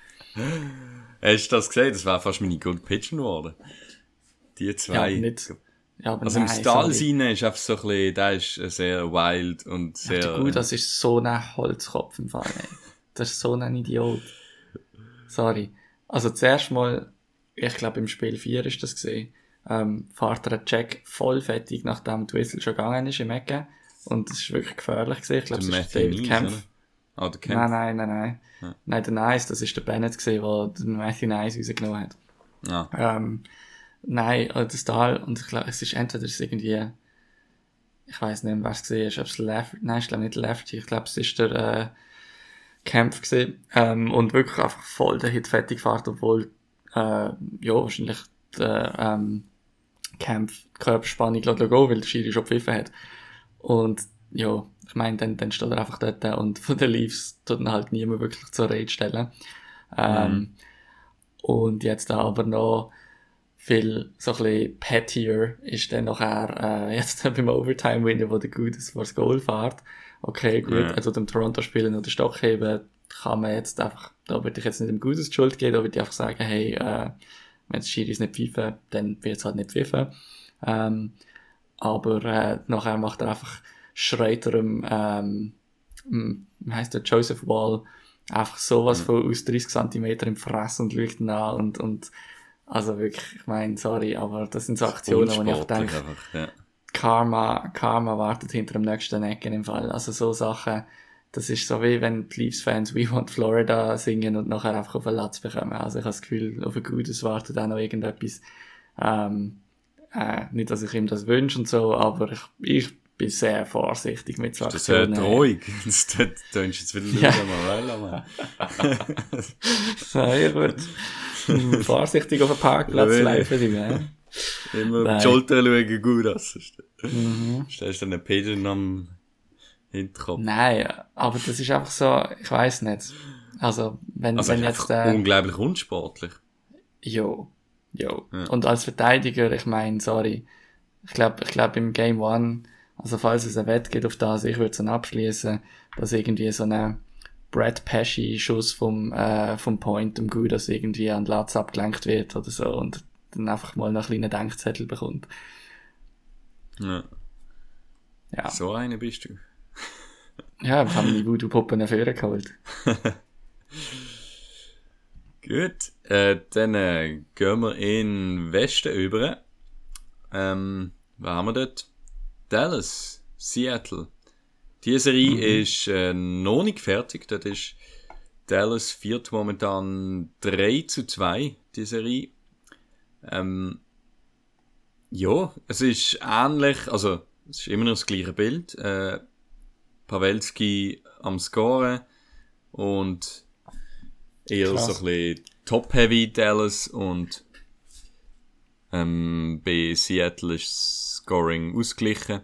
Speaker 2: Hast du das gesehen? Das wäre fast meine Good Pitchen geworden. Die zwei.
Speaker 3: Ja, aber nicht. Ja, aber
Speaker 2: also
Speaker 3: nein,
Speaker 2: im Stahl
Speaker 3: sorry.
Speaker 2: sein ist einfach so ein bisschen, der ist sehr wild und sehr...
Speaker 3: Ja, gut, das ist so ein Holzkopf im Fall, ey. Das ist so ein Idiot. Sorry. Also zuerst mal, ich glaube im Spiel vier ist das gesehen, ähm, fährt er einen Check voll fettig, nachdem die Whistle schon gegangen ist im Ecken. Und das ist wirklich gefährlich gesehen. Ich glaube, das ist David Kempf.
Speaker 2: Ah, der Kempf.
Speaker 3: Nein, nein, nein, nein.
Speaker 2: Ja.
Speaker 3: Nein, der Nice, das ist der Bennett gesehen, der den Matthew Nice rausgenommen hat.
Speaker 2: Ah.
Speaker 3: Ähm, nein, der Stahl, und ich glaube, es ist entweder es ist irgendwie, ich weiss nicht mehr, wer es gesehen ist, ob es Left, nein, ich glaube nicht Lefty, ich glaube, es ist der, äh, Kempf gesehen, ähm, und wirklich einfach voll der Hit fertig gefährt, obwohl, äh, ja, wahrscheinlich der, ähm, Kempf die Körperspannung gehen, weil der Schiri schon gepfiffen hat. Und, ja, ich meine, dann, dann steht er einfach dort und von den Leafs tut ihn halt niemand wirklich zur Rede stellen. Ähm,
Speaker 2: Mhm.
Speaker 3: Und jetzt da aber noch viel so ein bisschen pettier ist dann nachher, äh, jetzt beim Overtime-Winner, wo der Gutes vor das Goal fährt. Okay, gut,
Speaker 2: Ja.
Speaker 3: also dem Toronto spielen oder Stock heben, kann man jetzt einfach, da würde ich jetzt nicht dem Gutes die Schuld geben, da würde ich einfach sagen, hey, äh, wenn die Schiris nicht pfeifen, dann wird es halt nicht pfeifen. Ähm, aber äh, nachher macht er einfach, schreit er ihm, ähm, wie heisst der, Joseph Wall, einfach sowas
Speaker 2: Mhm.
Speaker 3: von aus dreißig Zentimeter im Fress und schaut ihn an und, und also wirklich, ich meine, sorry, aber das sind so Aktionen, wo ich einfach
Speaker 2: Unsportlich
Speaker 3: denke,
Speaker 2: einfach, ja.
Speaker 3: Karma, Karma wartet hinter dem nächsten Ecken im Fall. Also so Sachen, das ist so wie wenn die Leafs-Fans We Want Florida singen und nachher einfach auf einen Latz bekommen. Also ich habe das Gefühl, auf ein Gutes wartet auch noch irgendetwas. Ähm, äh, nicht, dass ich ihm das wünsche und so, aber ich, ich bin sehr vorsichtig mit so
Speaker 2: Das ist ja
Speaker 3: Aktionen.
Speaker 2: ruhig. Das tönst jetzt wieder
Speaker 3: Ja.
Speaker 2: Luca Morella, Mann.
Speaker 3: Sehr gut. Hm, vorsichtig auf den Parkplatz
Speaker 2: Ja,
Speaker 3: laufen, die, ne?
Speaker 2: Immer auf
Speaker 3: Nein.
Speaker 2: die Schulter schauen, gut aus.
Speaker 3: Mhm.
Speaker 2: Stellst du einen Pigeon am Hinterkopf.
Speaker 3: Nein, aber das ist einfach so, ich weiss nicht. Also, wenn,
Speaker 2: Also
Speaker 3: wenn
Speaker 2: ist
Speaker 3: jetzt,
Speaker 2: einfach
Speaker 3: äh,
Speaker 2: unglaublich unsportlich.
Speaker 3: jo, jo.
Speaker 2: Ja.
Speaker 3: Und als Verteidiger, ich meine, sorry, ich glaube, ich glaube im Game One, also falls es ein Wett geht auf das, ich würde es dann abschließen, dass irgendwie so eine Brad Pesci-Schuss vom, äh, vom Point um gut, dass irgendwie an den Latz abgelenkt wird oder so und dann einfach mal noch einen kleinen Denkzettel bekommt.
Speaker 2: Ja.
Speaker 3: Ja,
Speaker 2: So einer bist du.
Speaker 3: ja, wir haben die Voodoo-Puppen dafür geholt.
Speaker 2: Gut, äh, dann äh, gehen wir in den Westen über. Ähm, was haben wir dort? Dallas, Seattle. Die Serie
Speaker 3: Mhm.
Speaker 2: ist äh, noch nicht fertig. Dort ist Dallas führt momentan drei zu zwei, die Serie. Ähm, ja, es ist ähnlich, also es ist immer noch das gleiche Bild. Äh, Pavelski am Scoren und eher
Speaker 3: Krass.
Speaker 2: so ein bisschen top-heavy Dallas und ähm, bei Seattle ist das Scoring ausgeglichen.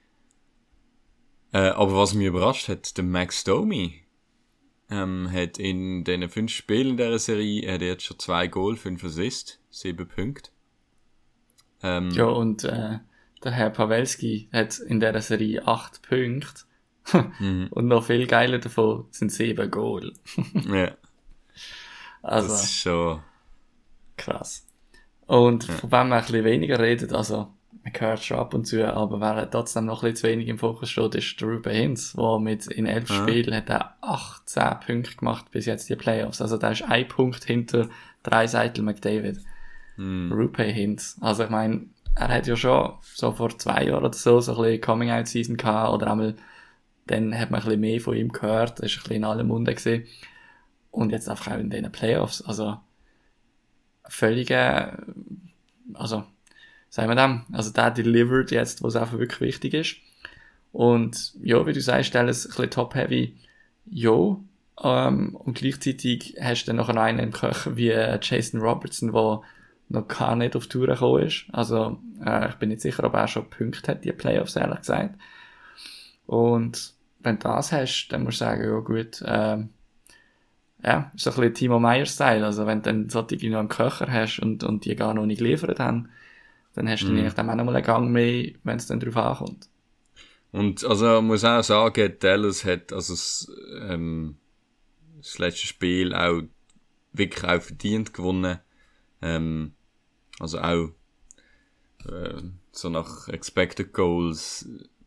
Speaker 2: Äh, aber was mich überrascht hat, der Max Domi ähm, hat in den fünf Spielen in dieser Serie hat er jetzt schon zwei Goal, fünf Assists, sieben Punkte. Ähm,
Speaker 3: Ja, und äh, der Herr Pavelski hat in dieser Serie acht Punkte.
Speaker 2: mhm.
Speaker 3: Und noch viel geiler davon sind sieben Goal.
Speaker 2: Ja,
Speaker 3: Also,
Speaker 2: das ist schon...
Speaker 3: krass. Und von wem wir ein bisschen weniger reden, also, wir gehört schon ab und zu, aber wer trotzdem noch ein bisschen zu wenig im Fokus steht, ist der Ruben Hintz, der mit in elf ja. Spielen hat er achtzehn Punkte gemacht bis jetzt die Playoffs. Also da ist ein Punkt hinter Draisaitl McDavid. Mm. Ruben Hintz. Also ich meine, er hat ja schon so vor zwei Jahren oder so so ein bisschen Coming-out-Season gehabt, oder einmal dann hat man ein bisschen mehr von ihm gehört, er ist ein bisschen in allen Munden gesehen. Und jetzt einfach auch in den Playoffs. Also völlige, also sagen wir dem, also der delivert jetzt, was einfach wirklich wichtig ist. Und ja, wie du sagst, alles ein bisschen top-heavy, ja, ähm, und gleichzeitig hast du dann noch einen im Köcher wie Jason Robertson, der noch gar nicht auf die Tour gekommen ist. Also äh, ich bin nicht sicher, ob er schon Punkte hat, die Playoffs, ehrlich gesagt. Und wenn du das hast, dann musst du sagen, ja gut, ähm, ja, ist so ein bisschen Timo Meyer-Style. Also wenn du dann solche noch im Köcher hast und, und die gar noch nicht geliefert haben, dann hast du mm. dann auch noch mal einen Gang mehr, wenn es dann drauf ankommt.
Speaker 2: Und also ich muss auch sagen, Dallas hat also das, ähm, das letzte Spiel auch wirklich auch verdient gewonnen. Ähm, also auch äh, so nach Expected Goals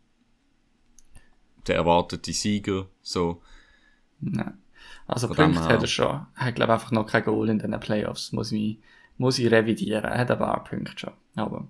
Speaker 2: der erwartete Sieger. So.
Speaker 3: Ja. Also Punkte hat er schon. Er hat, glaube ich, einfach noch kein Goal in den Playoffs. Muss ich, muss ich revidieren. Er hat ein paar Punkte schon. Aber,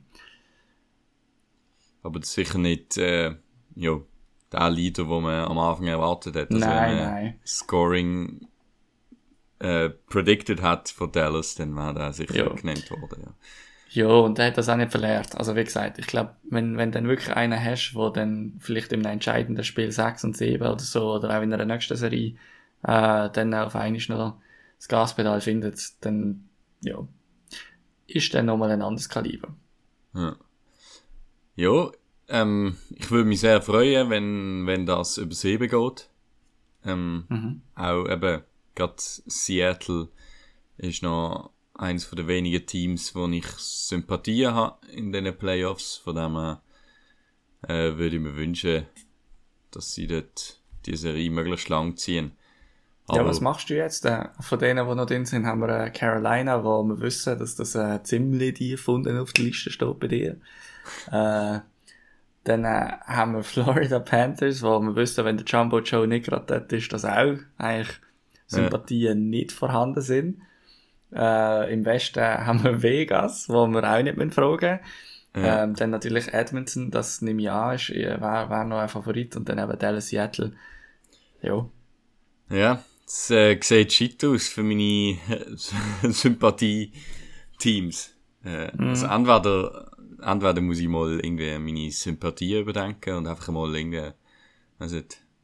Speaker 2: aber das ist sicher nicht äh, ja, der Leader, den man am Anfang erwartet hat. Also
Speaker 3: nein,
Speaker 2: wenn man
Speaker 3: nein.
Speaker 2: Scoring äh, predicted hat von Dallas, dann wäre der sicher
Speaker 3: ja.
Speaker 2: genannt worden. Ja.
Speaker 3: Ja, und er hat das auch nicht verlernt. Also wie gesagt, ich glaube, wenn wenn dann wirklich einen hast, der dann vielleicht im entscheidenden Spiel sechs und sieben oder so, oder auch in einer nächsten Serie, äh, dann auf einmal noch das Gaspedal findet, dann ja, ist dann nochmal ein anderes Kaliber.
Speaker 2: Ja, ja ähm, ich würde mich sehr freuen, wenn, wenn das über sieben geht. Ähm, mhm. Auch eben, gerade Seattle ist noch eines der wenigen Teams, wo ich Sympathie habe in diesen Playoffs. Von dem her äh, würde ich mir wünschen, dass sie dort die Serie möglichst lang ziehen.
Speaker 3: Aber ja, was machst du jetzt? Äh, von denen, die noch drin sind, haben wir äh, Carolina, wo wir wissen, dass das äh, ziemlich tief unten auf der Liste steht bei dir. äh, dann äh, haben wir Florida Panthers, wo wir wissen, wenn der Jumbo Joe nicht gerade dort ist, dass auch eigentlich Sympathien ja. nicht vorhanden sind. Äh, im Westen haben wir Vegas, wo wir auch nicht mehr fragen. Ja. Ähm, dann natürlich Edmonton, das nehme ich an, ist, wäre wär noch ein Favorit. Und dann eben Dallas, Seattle. Ja.
Speaker 2: Ja, es äh, sieht shit aus für meine Sympathie-Teams. Äh, mhm. Also entweder, entweder muss ich mal irgendwie meine Sympathie überdenken und einfach mal irgendwie, also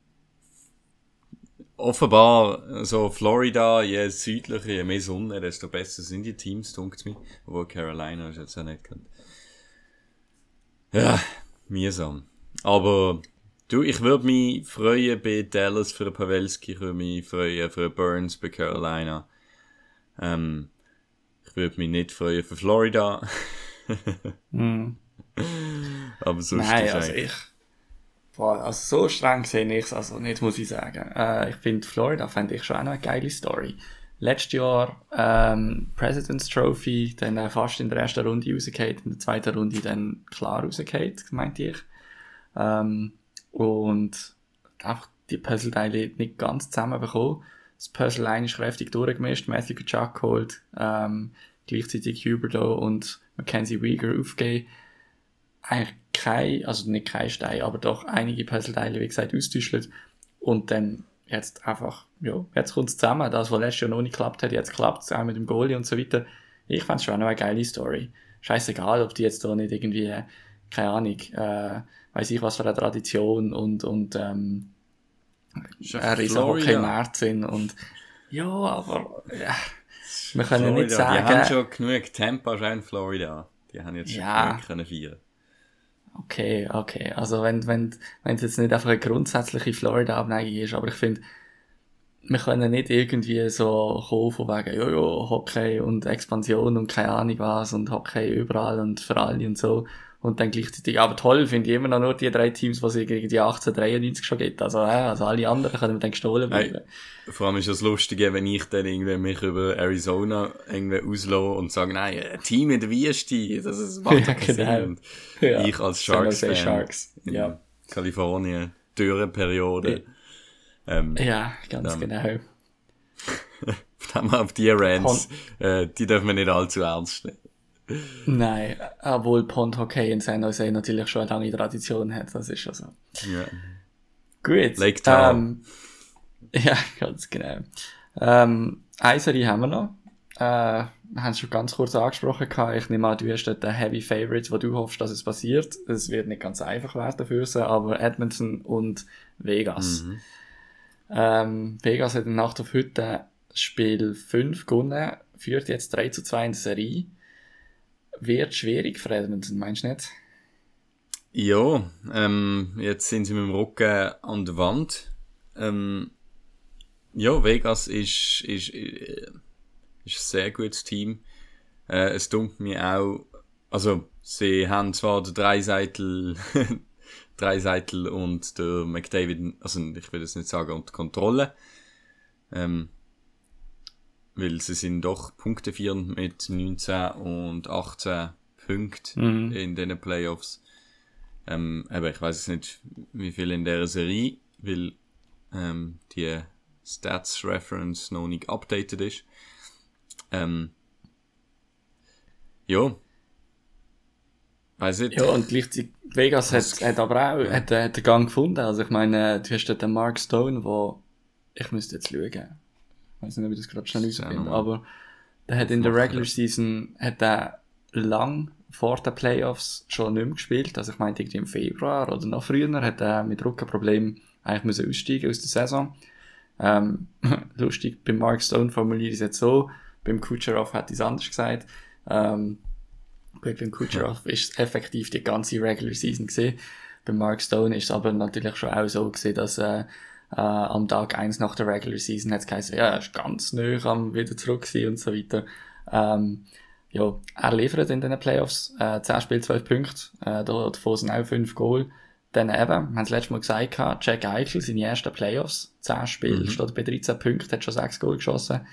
Speaker 2: offenbar, so Florida, je südlicher, je mehr Sonne, desto besser sind die Teams, dunkt mir. Obwohl Carolina ist jetzt auch nicht gekannt. Ja, mühsam. Aber, du, ich würde mich freuen bei Dallas für Pavelski, ich würde mich freuen für Burns bei Carolina. Ähm, ich würde mich nicht freuen für Florida.
Speaker 3: mm.
Speaker 2: Aber sonst
Speaker 3: Nein,
Speaker 2: ist
Speaker 3: also ich... Boah, also so streng sehe ich es also nicht, muss ich sagen. Äh, ich finde Florida fände ich schon auch noch eine geile Story. Letztes Jahr ähm, President's Trophy, dann äh, fast in der ersten Runde rausgefallen, in der zweiten Runde dann klar rausgefallen, meinte ich. Ähm, und einfach die Puzzleteile nicht ganz zusammenbekommen. Das Puzzle ist kräftig durchgemischt, Matthew Tkachuk geholt, ähm, gleichzeitig Huberdeau und Mackenzie Weegar aufgegeben. Eigentlich kein, also nicht kein Stein, aber doch einige Puzzleteile, wie gesagt, austäuschelt. Und dann jetzt einfach, ja, jetzt kommt es zusammen. Das, was letztes Jahr noch nicht geklappt hat, jetzt klappt es auch mit dem Goalie und so weiter. Ich fand es schon auch noch eine geile Story. Scheißegal, ob die jetzt da nicht irgendwie, keine Ahnung, äh, weiss ich was für eine Tradition und, und, ähm, ein riesen Hockey-Markt sind und, ja, aber, ja, wir können Florida, nicht sagen.
Speaker 2: Die haben schon genug Tampa schon in Florida. Die haben jetzt schon ja. genug können feiern.
Speaker 3: Okay, okay. Also wenn wenn wenn es jetzt nicht einfach eine grundsätzliche Florida-Abneigung ist, aber ich finde, wir können nicht irgendwie so kommen von wegen, jojo, Hockey und Expansion und keine Ahnung was und Hockey überall und für alle und so. Und dann gleichzeitig, aber toll finde ich immer noch nur die drei Teams, die es gegen die achtzehnhundertdreiundneunzig schon gibt. Also, äh, also alle anderen können wir dann gestohlen bleiben.
Speaker 2: Hey, vor allem ist das Lustige, wenn ich dann irgendwie mich über Arizona irgendwie auslasse und sage, nein, ein Team in der Wüste, das ist, macht ja keinen Sinn. Und ja. Ich als Sharks-Fan
Speaker 3: Sharks.
Speaker 2: in
Speaker 3: ja.
Speaker 2: Kalifornien, Dürreperiode.
Speaker 3: Ja, ähm, ja ganz ähm, genau.
Speaker 2: Dann mal auf die Rants, äh, die dürfen wir nicht allzu ernst nehmen.
Speaker 3: Nein, obwohl Pond Hockey in San Jose natürlich schon eine lange Tradition hat, das ist schon so.
Speaker 2: Ja.
Speaker 3: Gut.
Speaker 2: Lake Tahoe.
Speaker 3: Ähm, ja, ganz genau. Ähm, Eiseri haben wir noch. Äh, wir haben es schon ganz kurz angesprochen gehabt. Ich nehme an, du hast dort den Heavy Favorites, wo du hoffst, dass es passiert. Es wird nicht ganz einfach werden für sie, aber Edmonton und Vegas.
Speaker 2: Mhm.
Speaker 3: Ähm, Vegas hat in Nacht auf heute Spiel fünf gewonnen, führt jetzt drei zu zwei in der Serie. Wird schwierig für Edmonton, meinst du nicht?
Speaker 2: Ja, ähm, jetzt sind sie mit dem Rücken an der Wand. Ähm, ja, Vegas ist, ist, ist ein sehr gutes Team. Äh, es dunkelt mir auch, also, sie haben zwar den Dreiseitel, Dreiseitel und der McDavid, also, ich will es nicht sagen, unter Kontrolle. Ähm, weil sie sind doch punkteführend mit neunzehn und achtzehn Punkten mhm. in den Playoffs. Ähm, aber ich weiß nicht, wie viel in der Serie, weil ähm, die Stats-Reference noch nicht updated ist. Ähm, ja. Weiß nicht.
Speaker 3: Ja, und gleichzeitig, Vegas hat, hat aber auch, ja. hat, hat den Gang gefunden. Also ich meine, du hast dort den Mark Stone, wo, ich müsste jetzt schauen. Ich weiß nicht, ob ich das gerade schnell rausfinde, aber der hat in der Regular Season, hat er lang vor den Playoffs schon nicht mehr gespielt. Also ich meinte irgendwie im Februar oder noch früher hat er mit Rückenproblemen eigentlich müssen aussteigen aus der Saison. Ähm, lustig, beim Mark Stone formuliere ich es jetzt so, beim Kucherov hat er es anders gesagt. Ähm, gut, beim Kucherov ist es effektiv die ganze Regular Season gewesen. Beim Mark Stone ist es aber natürlich schon auch so gewesen, dass äh, Uh, am Tag eins nach der Regular Season hat es geheißen, ja, er ist ganz neu am wieder zurück sein und so weiter. Ähm, ja, er liefert in den Playoffs, äh, zehn Spiele, zwölf Punkte, äh, davon sind auch fünf Goal. Dann eben, wir haben es letztes Mal gesagt, Jack Eichel, seine ersten Playoffs, zehn Spiele, mhm. steht bei dreizehn Punkten, hat schon sechs Goal geschossen.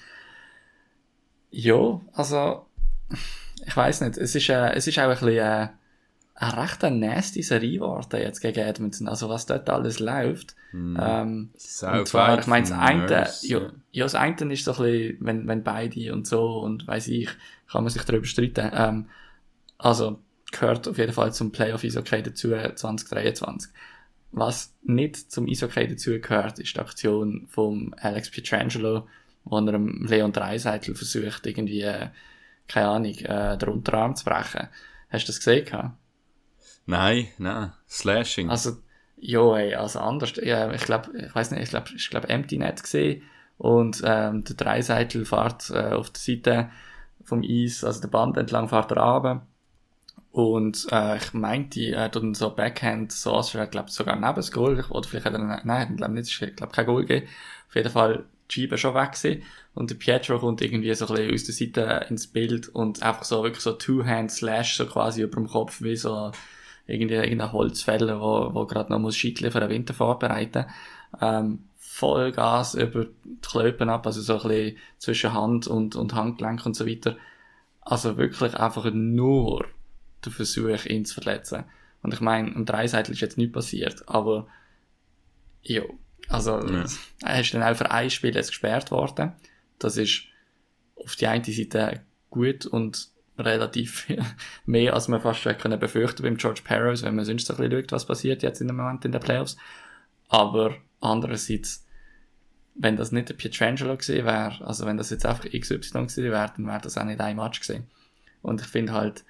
Speaker 3: Ja, also, ich weiss nicht, es ist, äh, es ist auch ein bisschen, äh, eine recht nasty Serie geworden jetzt gegen Edmonton. Also was dort alles läuft.
Speaker 2: Mm.
Speaker 3: Ähm, und zwar, ich meine, das eine, ja, ja, das eine ist so ein bisschen, wenn, wenn beide und so und weiss ich, kann man sich darüber streiten. Ähm, also, gehört auf jeden Fall zum Playoff-Eishockey dazu zwanzig dreiundzwanzig. Was nicht zum Eishockey dazu gehört, ist die Aktion vom Alex Pietrangelo, wo er dem Leon Draisaitl versucht, irgendwie, äh, keine Ahnung, äh, den Unterarm zu brechen. Hast du das gesehen gehabt?
Speaker 2: Nein, nein, Slashing.
Speaker 3: Also, ja, ey, also anders. Ja, ich glaube, ich weiß nicht, ich glaube, ich glaube Empty Net gesehen und ähm, der Dreiseitel fährt äh, auf der Seite vom Eis, also der Band entlang fährt er runter und äh, ich meinte, er hat dann so Backhand, so als er glaube sogar neben das Goal, oder vielleicht hat er, nein, ich glaube nicht, ich glaube kein Goal gegeben. Auf jeden Fall die Scheibe schon weg gewesen. Und der Pietro kommt irgendwie so ein bisschen aus der Seite ins Bild und einfach so wirklich so Two-Hand-Slash so quasi über dem Kopf wie so irgendwie irgendein Holzfäller, wo, wo gerade noch muss Schitteln für den Winter vorbereiten. Ähm, Vollgas über die Klöpen ab, also so ein bisschen zwischen Hand und, und Handgelenk und so weiter. Also wirklich einfach nur der Versuch, ihn zu verletzen. Und ich meine, am Dreiseitel ist jetzt nichts passiert, aber ja, also ja. Er ist dann auch für ein Spiel jetzt gesperrt worden. Das ist auf die eine Seite gut und relativ mehr, als man fast können befürchten beim George Parros, wenn man sonst ein bisschen schaut, was passiert jetzt in dem Moment in den Playoffs. Aber andererseits, wenn das nicht der Pietrangelo gewesen wäre, also wenn das jetzt einfach X Y gewesen wäre, dann wäre das auch nicht ein Match gewesen. Und ich finde halt,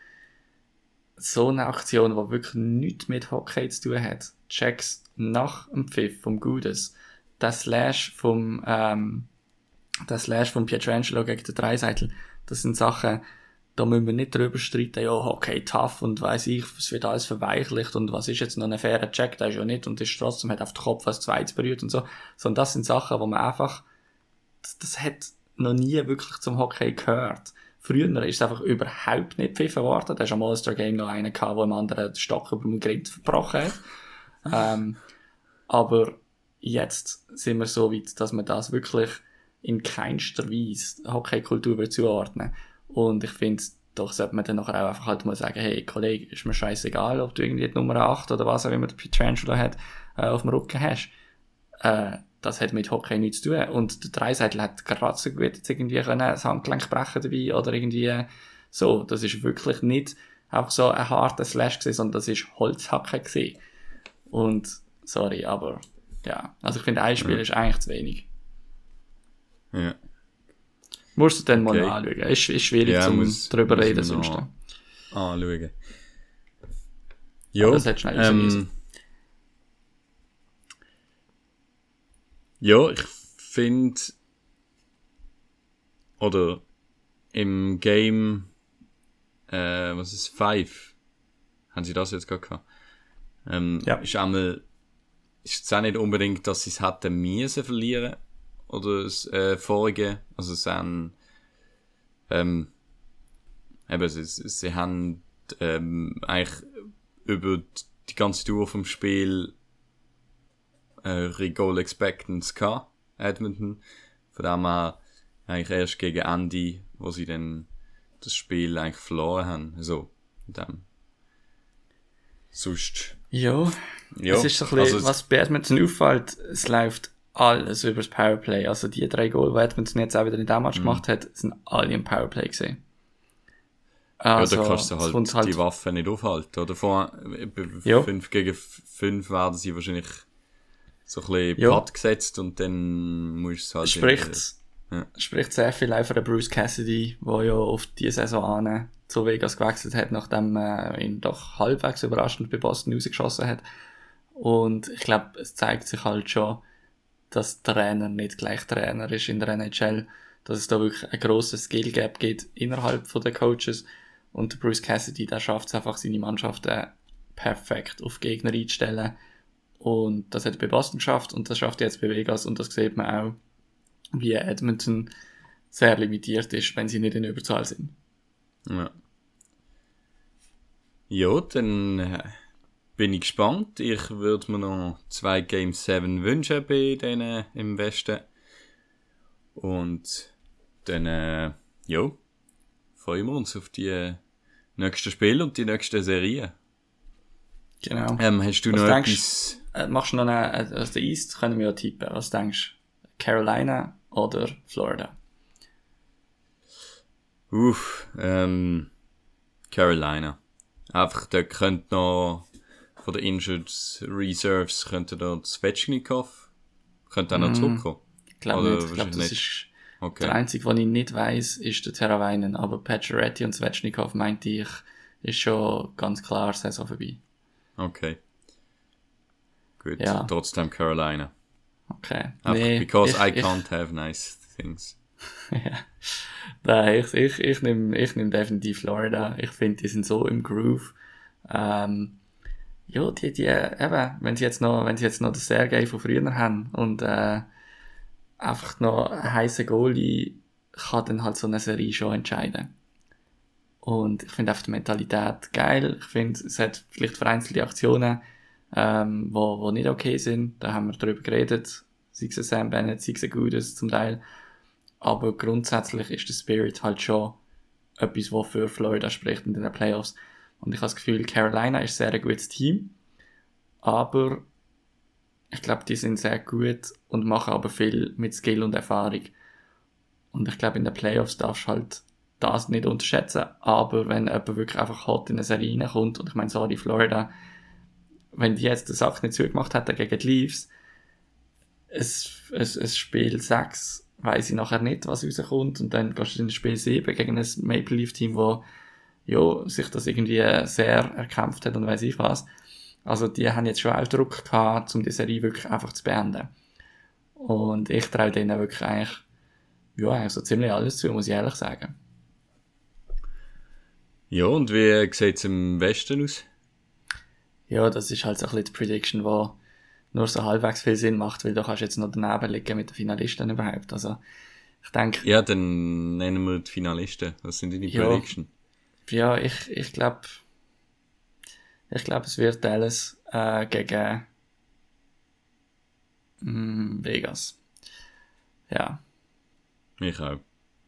Speaker 3: so eine Aktion, die wirklich nichts mit Hockey zu tun hat, Checks nach dem Pfiff vom Gutes, der Slash vom, ähm, der Slash vom Pietrangelo gegen den Dreiseitel, das sind Sachen, da müssen wir nicht drüber streiten, ja, Hockey tough und weiss ich, es wird alles verweichlicht und was ist jetzt noch ein fairer Check, der ist ja nicht und ist trotzdem hat auf den Kopf als zweites berührt und so, sondern das sind Sachen, wo man einfach das, das hat noch nie wirklich zum Hockey gehört. Früher ist es einfach überhaupt nicht pfiffen worden. Da hast du am All-Star-Game noch einen gehabt, der dem anderen den Stock über den Grind verbrochen hat. ähm, aber jetzt sind wir so weit, dass man das wirklich in keinster Weise Hockey-Kultur zuordnen. Und ich finde, doch sollte man dann nachher auch einfach halt mal sagen, hey, Kollege, ist mir scheißegal, ob du irgendwie die Nummer acht oder was auch immer der Pietrangelo hat, äh, auf dem Rücken hast. Äh, das hat mit Hockey nichts zu tun. Und der Draisaitl hat gerade so gut jetzt irgendwie können das Handgelenk brechen dabei oder irgendwie so. Das ist wirklich nicht einfach so ein harter Slash gewesen, sondern das ist Holzhacken gewesen. Und, sorry, aber, ja. Also ich finde, ein Spiel ja. ist eigentlich zu wenig.
Speaker 2: Ja.
Speaker 3: Musst du dann
Speaker 2: okay.
Speaker 3: mal anschauen. Ist, ist schwierig,
Speaker 2: ja,
Speaker 3: zum
Speaker 2: muss,
Speaker 3: darüber
Speaker 2: muss
Speaker 3: reden, sonst.
Speaker 2: Anschauen. Jo,
Speaker 3: das hat schnell
Speaker 2: ähm, ja, ich finde, oder im Game, äh, was ist, Five, haben sie das jetzt gerade gehabt? Ähm,
Speaker 3: ja.
Speaker 2: Ist einmal, ist es auch nicht unbedingt, dass sie es hätten müssen verlieren, oder das äh, vorige, also es haben, ähm, eben, sie, sie haben ähm, eigentlich über die ganze Tour vom Spiel äh, Goal Expectance gehabt, Edmonton. Von dem her eigentlich erst gegen Ende, wo sie dann das Spiel eigentlich verloren haben. So, in dem. Sonst.
Speaker 3: Ja,
Speaker 2: ja.
Speaker 3: Es ist so ein bisschen,
Speaker 2: also
Speaker 3: was bei Edmonton auffällt, es läuft alles über das Powerplay. Also die drei Goal, die Edmonton jetzt auch wieder in dem Match mm. gemacht hat, sind alle im Powerplay gesehen. Also,
Speaker 2: ja, da kannst du halt, halt die Waffe nicht aufhalten, oder? Vor fünf gegen fünf werden sie wahrscheinlich so ein bisschen
Speaker 3: ja.
Speaker 2: platt gesetzt und dann musst du es halt...
Speaker 3: Spricht,
Speaker 2: ja.
Speaker 3: spricht sehr viel auch für Bruce Cassidy, der ja auf die Saison an zu Vegas gewechselt hat, nachdem er ihn doch halbwegs überraschend bei Boston rausgeschossen hat. Und ich glaube, es zeigt sich halt schon, dass Trainer nicht gleich Trainer ist in der N H L, dass es da wirklich ein grosses Skill Gap gibt innerhalb von den Coaches. Und Bruce Cassidy, der schafft es einfach, seine Mannschaften perfekt auf Gegner einzustellen. Und das hat er bei Boston geschafft und das schafft er jetzt bei Vegas. Und das sieht man auch, wie Edmonton sehr limitiert ist, wenn sie nicht in Überzahl sind.
Speaker 2: Ja. Ja, dann äh, bin ich gespannt. Ich würde mir noch zwei Game sieben wünschen bei denen im Westen. Und dann, äh, ja, freuen wir uns auf die nächsten Spiele und die nächsten Serien.
Speaker 3: Genau.
Speaker 2: Ähm, hast du
Speaker 3: Was
Speaker 2: noch
Speaker 3: denkst,
Speaker 2: etwas...
Speaker 3: Äh, machst du noch eine, aus der East können wir ja tippen. Was denkst du? Carolina oder Florida?
Speaker 2: Uff, ähm, Carolina. Einfach, da könnte noch von den Injured Reserves könnte da Svechnikov könnte auch noch zurückkommen.
Speaker 3: Ich glaube nicht. Ich glaube, das nicht. ist okay. Der einzige, den ich nicht weiss, ist der Teravainen. Aber Pacioretty und Svechnikov, meinte ich, ist schon ganz klar Saison vorbei.
Speaker 2: Okay. Gut,
Speaker 3: ja.
Speaker 2: Trotzdem Carolina.
Speaker 3: Okay.
Speaker 2: Einfach,
Speaker 3: nee,
Speaker 2: because
Speaker 3: ich,
Speaker 2: I
Speaker 3: ich,
Speaker 2: can't have nice things.
Speaker 3: ja. Nein, ich, ich, ich nehme ich nehm definitiv Florida. Ich finde, die sind so im Groove. Ähm, ja, die, die, eben, wenn sie jetzt noch, wenn sie jetzt noch den Sergei von früher haben und, äh, einfach noch ein heisser Goalie kann dann halt so eine Serie schon entscheiden. Und ich finde einfach die Mentalität geil. Ich finde, es hat vielleicht vereinzelte Aktionen, ähm, wo, wo nicht okay sind. Da haben wir drüber geredet. Sei es ein Sam Bennett, sei es ein Gutes zum Teil. Aber grundsätzlich ist der Spirit halt schon etwas, was für Florida spricht in den Playoffs. Und ich habe das Gefühl, Carolina ist sehr ein gutes Team. Aber ich glaube, die sind sehr gut und machen aber viel mit Skill und Erfahrung. Und ich glaube, in den Playoffs darfst du halt das nicht unterschätzen. Aber wenn jemand wirklich einfach hot in eine Serie reinkommt, und ich meine, sorry, Florida, wenn die jetzt den Sack nicht zugemacht hätten gegen die Leafs, es, es, es Spiel sechs, weiss ich nachher nicht, was rauskommt, und dann gehst du in das Spiel sieben gegen ein Maple Leaf Team, wo, ja, sich das irgendwie sehr erkämpft hat und weiss ich was. Also, die haben jetzt schon auch Druck gehabt, um die Serie wirklich einfach zu beenden. Und ich traue denen wirklich eigentlich, ja, eigentlich so ziemlich alles zu, muss ich ehrlich sagen.
Speaker 2: Ja, und wie sieht's im Westen aus?
Speaker 3: Ja, das ist halt so ein bisschen die Prediction, die nur so halbwegs viel Sinn macht, weil du kannst jetzt noch daneben liegen mit den Finalisten überhaupt. Also, Ich denke...
Speaker 2: Ja, dann nennen wir die Finalisten. Was sind deine
Speaker 3: ja,
Speaker 2: Prediction?
Speaker 3: Ja, ich, ich glaube, ich glaube, es wird Dallas äh, gegen mh, Vegas. Ja.
Speaker 2: Ich auch.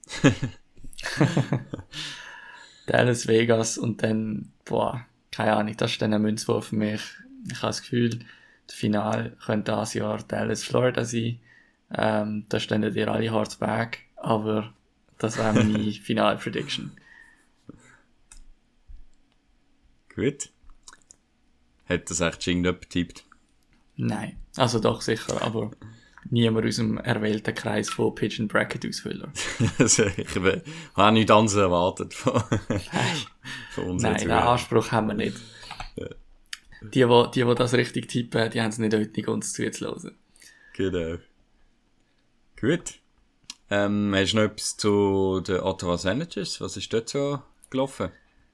Speaker 3: Dallas, Vegas und dann, boah, keine Ahnung, das ist dann ein Münzwurf für mich. Ich habe das Gefühl, das Finale könnte dieses Jahr Dallas, Florida sein. Ähm, da stehen dir alle hart back, aber das wäre meine Final-Prediction.
Speaker 2: Gut. Hat das echt irgendjemand getippt?
Speaker 3: Nein, also doch sicher, aber niemand aus dem erwählten Kreis von Pigeon Bracket Ausfüller.
Speaker 2: Also, ich habe auch nichts anderes erwartet von, von uns.
Speaker 3: Nein, den Anspruch haben wir nicht.
Speaker 2: Ja.
Speaker 3: Die, die, die, die das richtig tippen, die haben es nicht nötig, uns zuzuhören.
Speaker 2: Genau. Gut. Ähm, hast du noch etwas zu den Ottawa Senators? Was ist dort so gelaufen?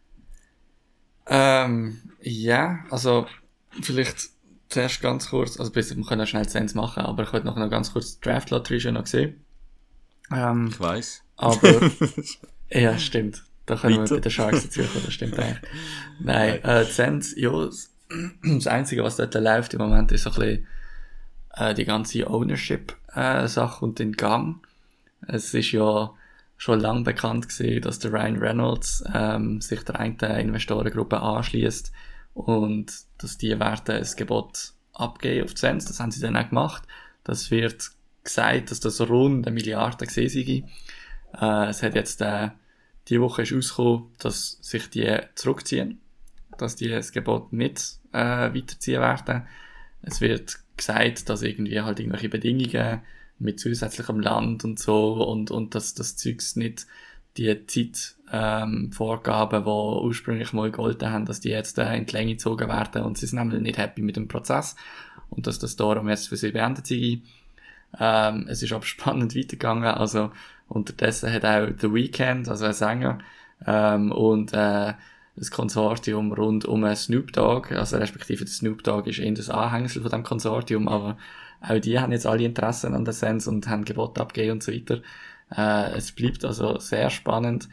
Speaker 3: Ähm, ja, also, vielleicht zuerst ganz kurz, also bis, wir können ja schnell Sens machen, aber ich wollte noch, noch ganz kurz die Draft Lottery schon noch sehen. Ähm,
Speaker 2: Ich weiss.
Speaker 3: Aber, ja, stimmt. Da können
Speaker 2: Weiter.
Speaker 3: wir bei den Sharks dazukommen, das stimmt eigentlich. Nein, äh, die Sens, ja, das, das Einzige, was dort läuft im Moment, ist so ein bisschen, äh, die ganze Ownership-Sache und den Gang. Es ist ja schon lange bekannt gewesen, dass der Ryan Reynolds ähm, sich der einen Investorengruppe anschließt und dass die werden ein Gebot abgeben auf die Sens. Das haben sie dann auch gemacht. Das wird gesagt, dass das rund eine Milliarde gewesen sei. Äh, es hat jetzt äh, die Woche ist rausgekommen, dass sich die zurückziehen, dass die das Gebot nicht äh, weiterziehen werden. Es wird gesagt, dass irgendwie halt irgendwelche Bedingungen mit zusätzlichem Land und so und, und dass das Zeugs nicht die Zeitvorgaben, ähm, Vorgaben, die ursprünglich mal gegolten haben, dass die jetzt äh, in die Länge gezogen werden und sie sind nämlich nicht happy mit dem Prozess und dass das darum jetzt für sie beendet sei. Ähm, es ist aber spannend weitergegangen, also unterdessen hat auch The Weeknd, also ein Sänger, ähm, und äh, das Konsortium rund um Snoop Dogg, also respektive der Snoop Dogg ist eher das Anhängsel von dem Konsortium, aber auch die haben jetzt alle Interessen an der Sens und haben Gebote abgegeben und so weiter. Äh, es bleibt also sehr spannend.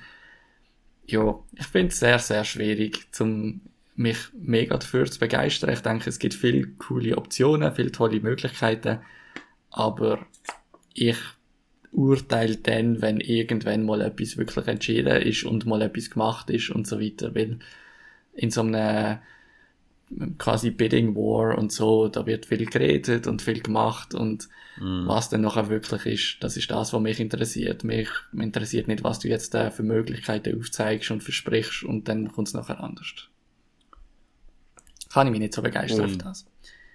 Speaker 3: Ja, ich finde es sehr, sehr schwierig, zum mich mega dafür zu begeistern. Ich denke, es gibt viele coole Optionen, viele tolle Möglichkeiten, aber ich urteile dann, wenn irgendwann mal etwas wirklich entschieden ist und mal etwas gemacht ist und so weiter, weil in so einem quasi Bidding War und so, da wird viel geredet und viel gemacht und mm. was dann nachher wirklich ist, das ist das, was mich interessiert. Mich interessiert nicht, was du jetzt äh, für Möglichkeiten aufzeigst und versprichst und dann kommt es nachher anders. Kann ich mich nicht so begeistern auf das.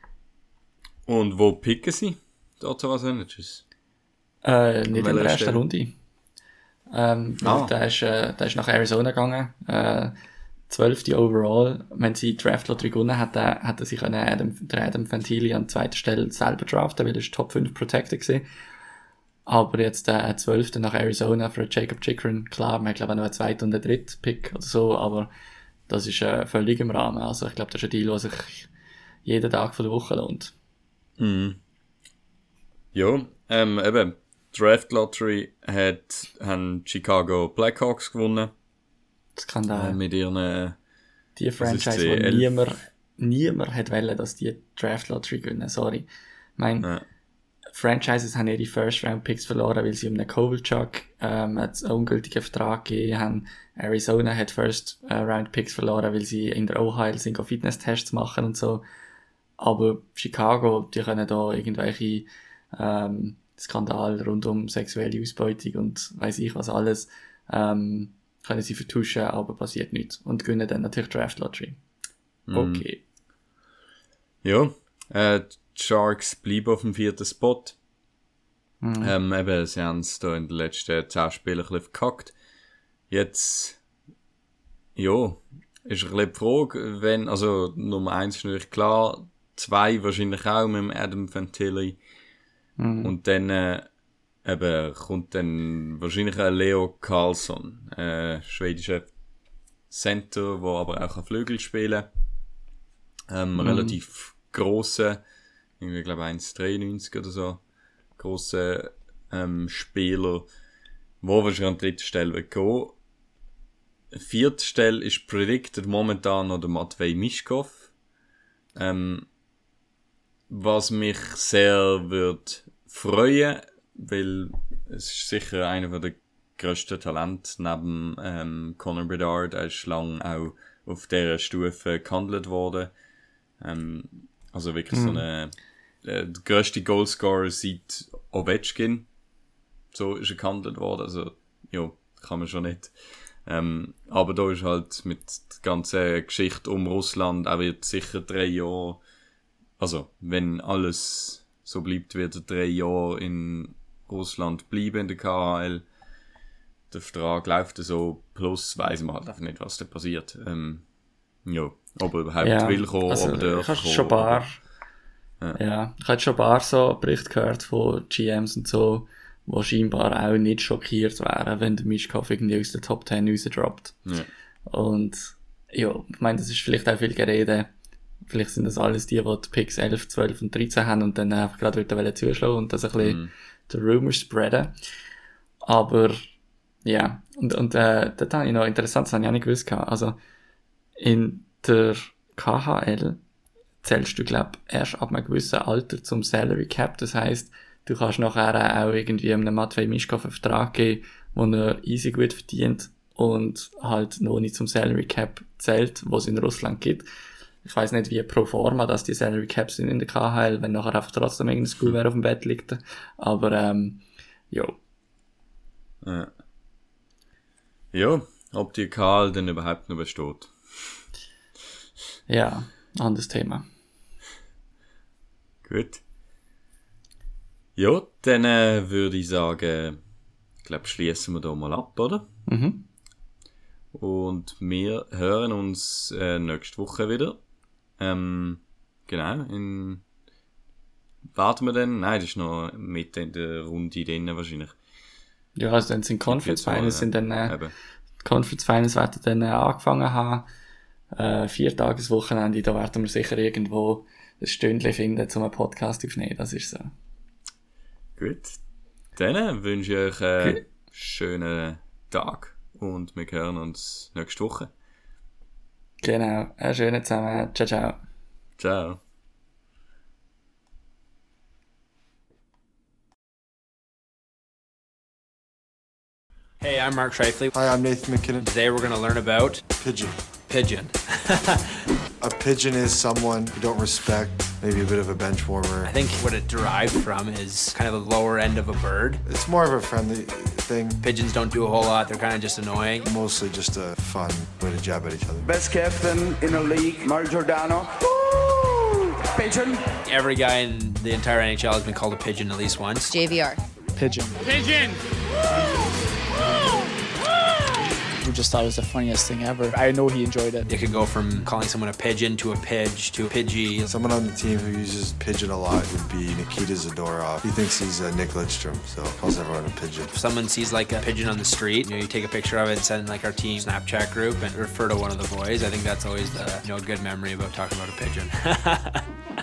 Speaker 2: Und wo picken sie? Die Ottawa Senators?
Speaker 3: Äh, nicht in der ersten Runde. Ähm,
Speaker 2: ah.
Speaker 3: der ist, äh, der ist nach Arizona gegangen, äh, zwölfte overall. Wenn sie die Draft-Lottery gewonnen hätte, hätte sie können Adam, der Adam Fantilli an zweiter Stelle selber draften, weil er ist Top fünf Protected gewesen. Aber jetzt der zwölfte nach Arizona für Jacob Chikrin, klar, man hat glaube ich noch einen zweiten und einen dritten Pick oder so, aber das ist äh, völlig im Rahmen. Also ich glaube, das ist ein Deal, der sich jeden Tag von der Woche lohnt.
Speaker 2: Mhm. Ja, ähm, eben, Draft Lottery hat, haben Chicago Blackhawks gewonnen.
Speaker 3: Skandal.
Speaker 2: Äh, mit ihren, äh,
Speaker 3: die Franchise, wo niemand, niemand hat wollen, dass die Draft Lottery gewinnen, sorry. Ich meine,
Speaker 2: ja.
Speaker 3: Franchises haben ihre First Round Picks verloren, weil sie um einen Kovalchuk, ähm, einen ungültigen Vertrag gegeben haben. Arizona hat First Round Picks verloren, weil sie in der Ohio sind, Fitness-Tests machen und so. Aber Chicago, die können da irgendwelche, ähm, Skandal rund um sexuelle Ausbeutung und weiss ich was alles, ähm, können sie vertuschen, aber passiert nichts. Und gewinnen dann natürlich Draft Lottery. Okay.
Speaker 2: Ja, äh, die Sharks bleiben auf dem vierten Spot. Mhm. Ähm, eben, sie haben es da in den letzten zehn Spielen ein bisschen verkackt. Jetzt, ja, ist ein bisschen die Frage, wenn, also Nummer eins ist natürlich klar, zwei wahrscheinlich auch mit dem Adam Fantilli. Mhm. Und dann, äh, eben, kommt dann wahrscheinlich ein Leo Carlson, äh, schwedischer Center, der aber auch Flügel spielen kann. Ähm, mhm. Relativ grosse, irgendwie, glaube ich, eins Komma dreiundneunzig oder so, grosse ähm, Spieler, die wahrscheinlich an die dritte Stelle gehen. Vierte Stelle ist predicted momentan noch der Matvei Mischkov. Ähm, was mich sehr wird freuen, weil es ist sicher einer der grössten Talente neben ähm, Conor Bedard. Er ist lange auch auf dieser Stufe gehandelt worden. Ähm, also wirklich mm. so eine äh, der grösste Goalscorer seit Ovechkin. So ist er gehandelt worden. Also, ja, kann man schon nicht. Ähm, aber da ist halt mit der ganzen Geschichte um Russland, er wird sicher drei Jahre, also wenn alles so bleibt, wird er drei Jahre in Russland bleiben in der K H L. Der Vertrag läuft so, plus weiss man halt einfach nicht, was da passiert. Ähm, ja, ob er überhaupt
Speaker 3: ja,
Speaker 2: will kommen,
Speaker 3: also,
Speaker 2: ob er darf
Speaker 3: kommen. Schon paar, ja. ja, ich habe schon ein paar so Berichte gehört von G Ms und so, die scheinbar auch nicht schockiert wären, wenn der Mischkov irgendwie aus der Top Ten rausdroppt.
Speaker 2: Ja.
Speaker 3: Und ja, ich meine, das ist vielleicht auch viel Gerede. Vielleicht sind das alles die, die die Picks elf, zwölf und dreizehn haben und dann einfach gerade wieder zuschlagen und das ein bisschen mm. den Rumor spreaden. Aber ja, und, und äh, das habe ich noch interessant, das habe ich auch nicht gewusst. Also in der K H L zählst du, glaube ich, erst ab einem gewissen Alter zum Salary Cap. Das heisst, du kannst nachher auch irgendwie einem Matvei Mischkov einen Vertrag geben, wo er easy gut verdient und halt noch nicht zum Salary Cap zählt, was es in Russland gibt. Ich weiss nicht, wie pro forma, dass die Salary Caps sind in der K H L, wenn nachher einfach trotzdem irgendein Kuvert auf dem Bett liegt. Aber, ähm, jo.
Speaker 2: Ja. Ja, ob die K H L denn überhaupt noch besteht.
Speaker 3: Ja, anderes Thema.
Speaker 2: Gut. Ja, dann äh, würde ich sagen, ich glaube, schließen wir da mal ab, oder?
Speaker 3: Mhm.
Speaker 2: Und wir hören uns äh, nächste Woche wieder. Ähm, genau, in... Warten wir dann? Nein, das ist noch mit in der Runde drin wahrscheinlich.
Speaker 3: Ja, also dann sind Conference Finals, sind dann, äh, Conference Finals werden dann äh, angefangen haben. Äh, vier Tages Wochenende, da werden wir sicher irgendwo ein Stündchen finden, um einen Podcast aufzunehmen, das ist so.
Speaker 2: Gut. Dann wünsche ich euch einen okay. schönen Tag und wir hören uns nächste Woche.
Speaker 3: Genau, einen schönen zusammen. Ciao, ciao.
Speaker 2: Ciao.
Speaker 1: Hey, I'm Mark Scheifele.
Speaker 4: Hi, I'm Nathan McKinnon.
Speaker 1: Today we're going to learn about...
Speaker 4: Pigeon.
Speaker 1: Pigeon.
Speaker 4: A pigeon is someone you don't respect, maybe a bit of a bench warmer.
Speaker 1: I think what it derived from is kind of the lower end of a bird.
Speaker 4: It's more of a friendly thing.
Speaker 1: Pigeons don't do a whole lot, they're kind of just annoying.
Speaker 4: Mostly just a fun way to jab at each other.
Speaker 5: Best captain in the league, Mario Giordano. Woo! Pigeon.
Speaker 1: Every guy in the entire N H L has been called a pigeon at least once.
Speaker 6: J V R.
Speaker 7: Pigeon.
Speaker 8: Pigeon!
Speaker 7: We just thought it was the funniest thing ever. I know he enjoyed it.
Speaker 1: It could go from calling someone a pigeon to a pidge to a pidgey.
Speaker 4: Someone on the team who uses pigeon a lot would be Nikita Zadorov. He thinks he's a Nick Lidstrom, so calls everyone a pigeon.
Speaker 1: If someone sees like a pigeon on the street, you know, you take a picture of it and send like our team Snapchat group and refer to one of the boys. I think that's always the, you know, a good memory about talking about a pigeon.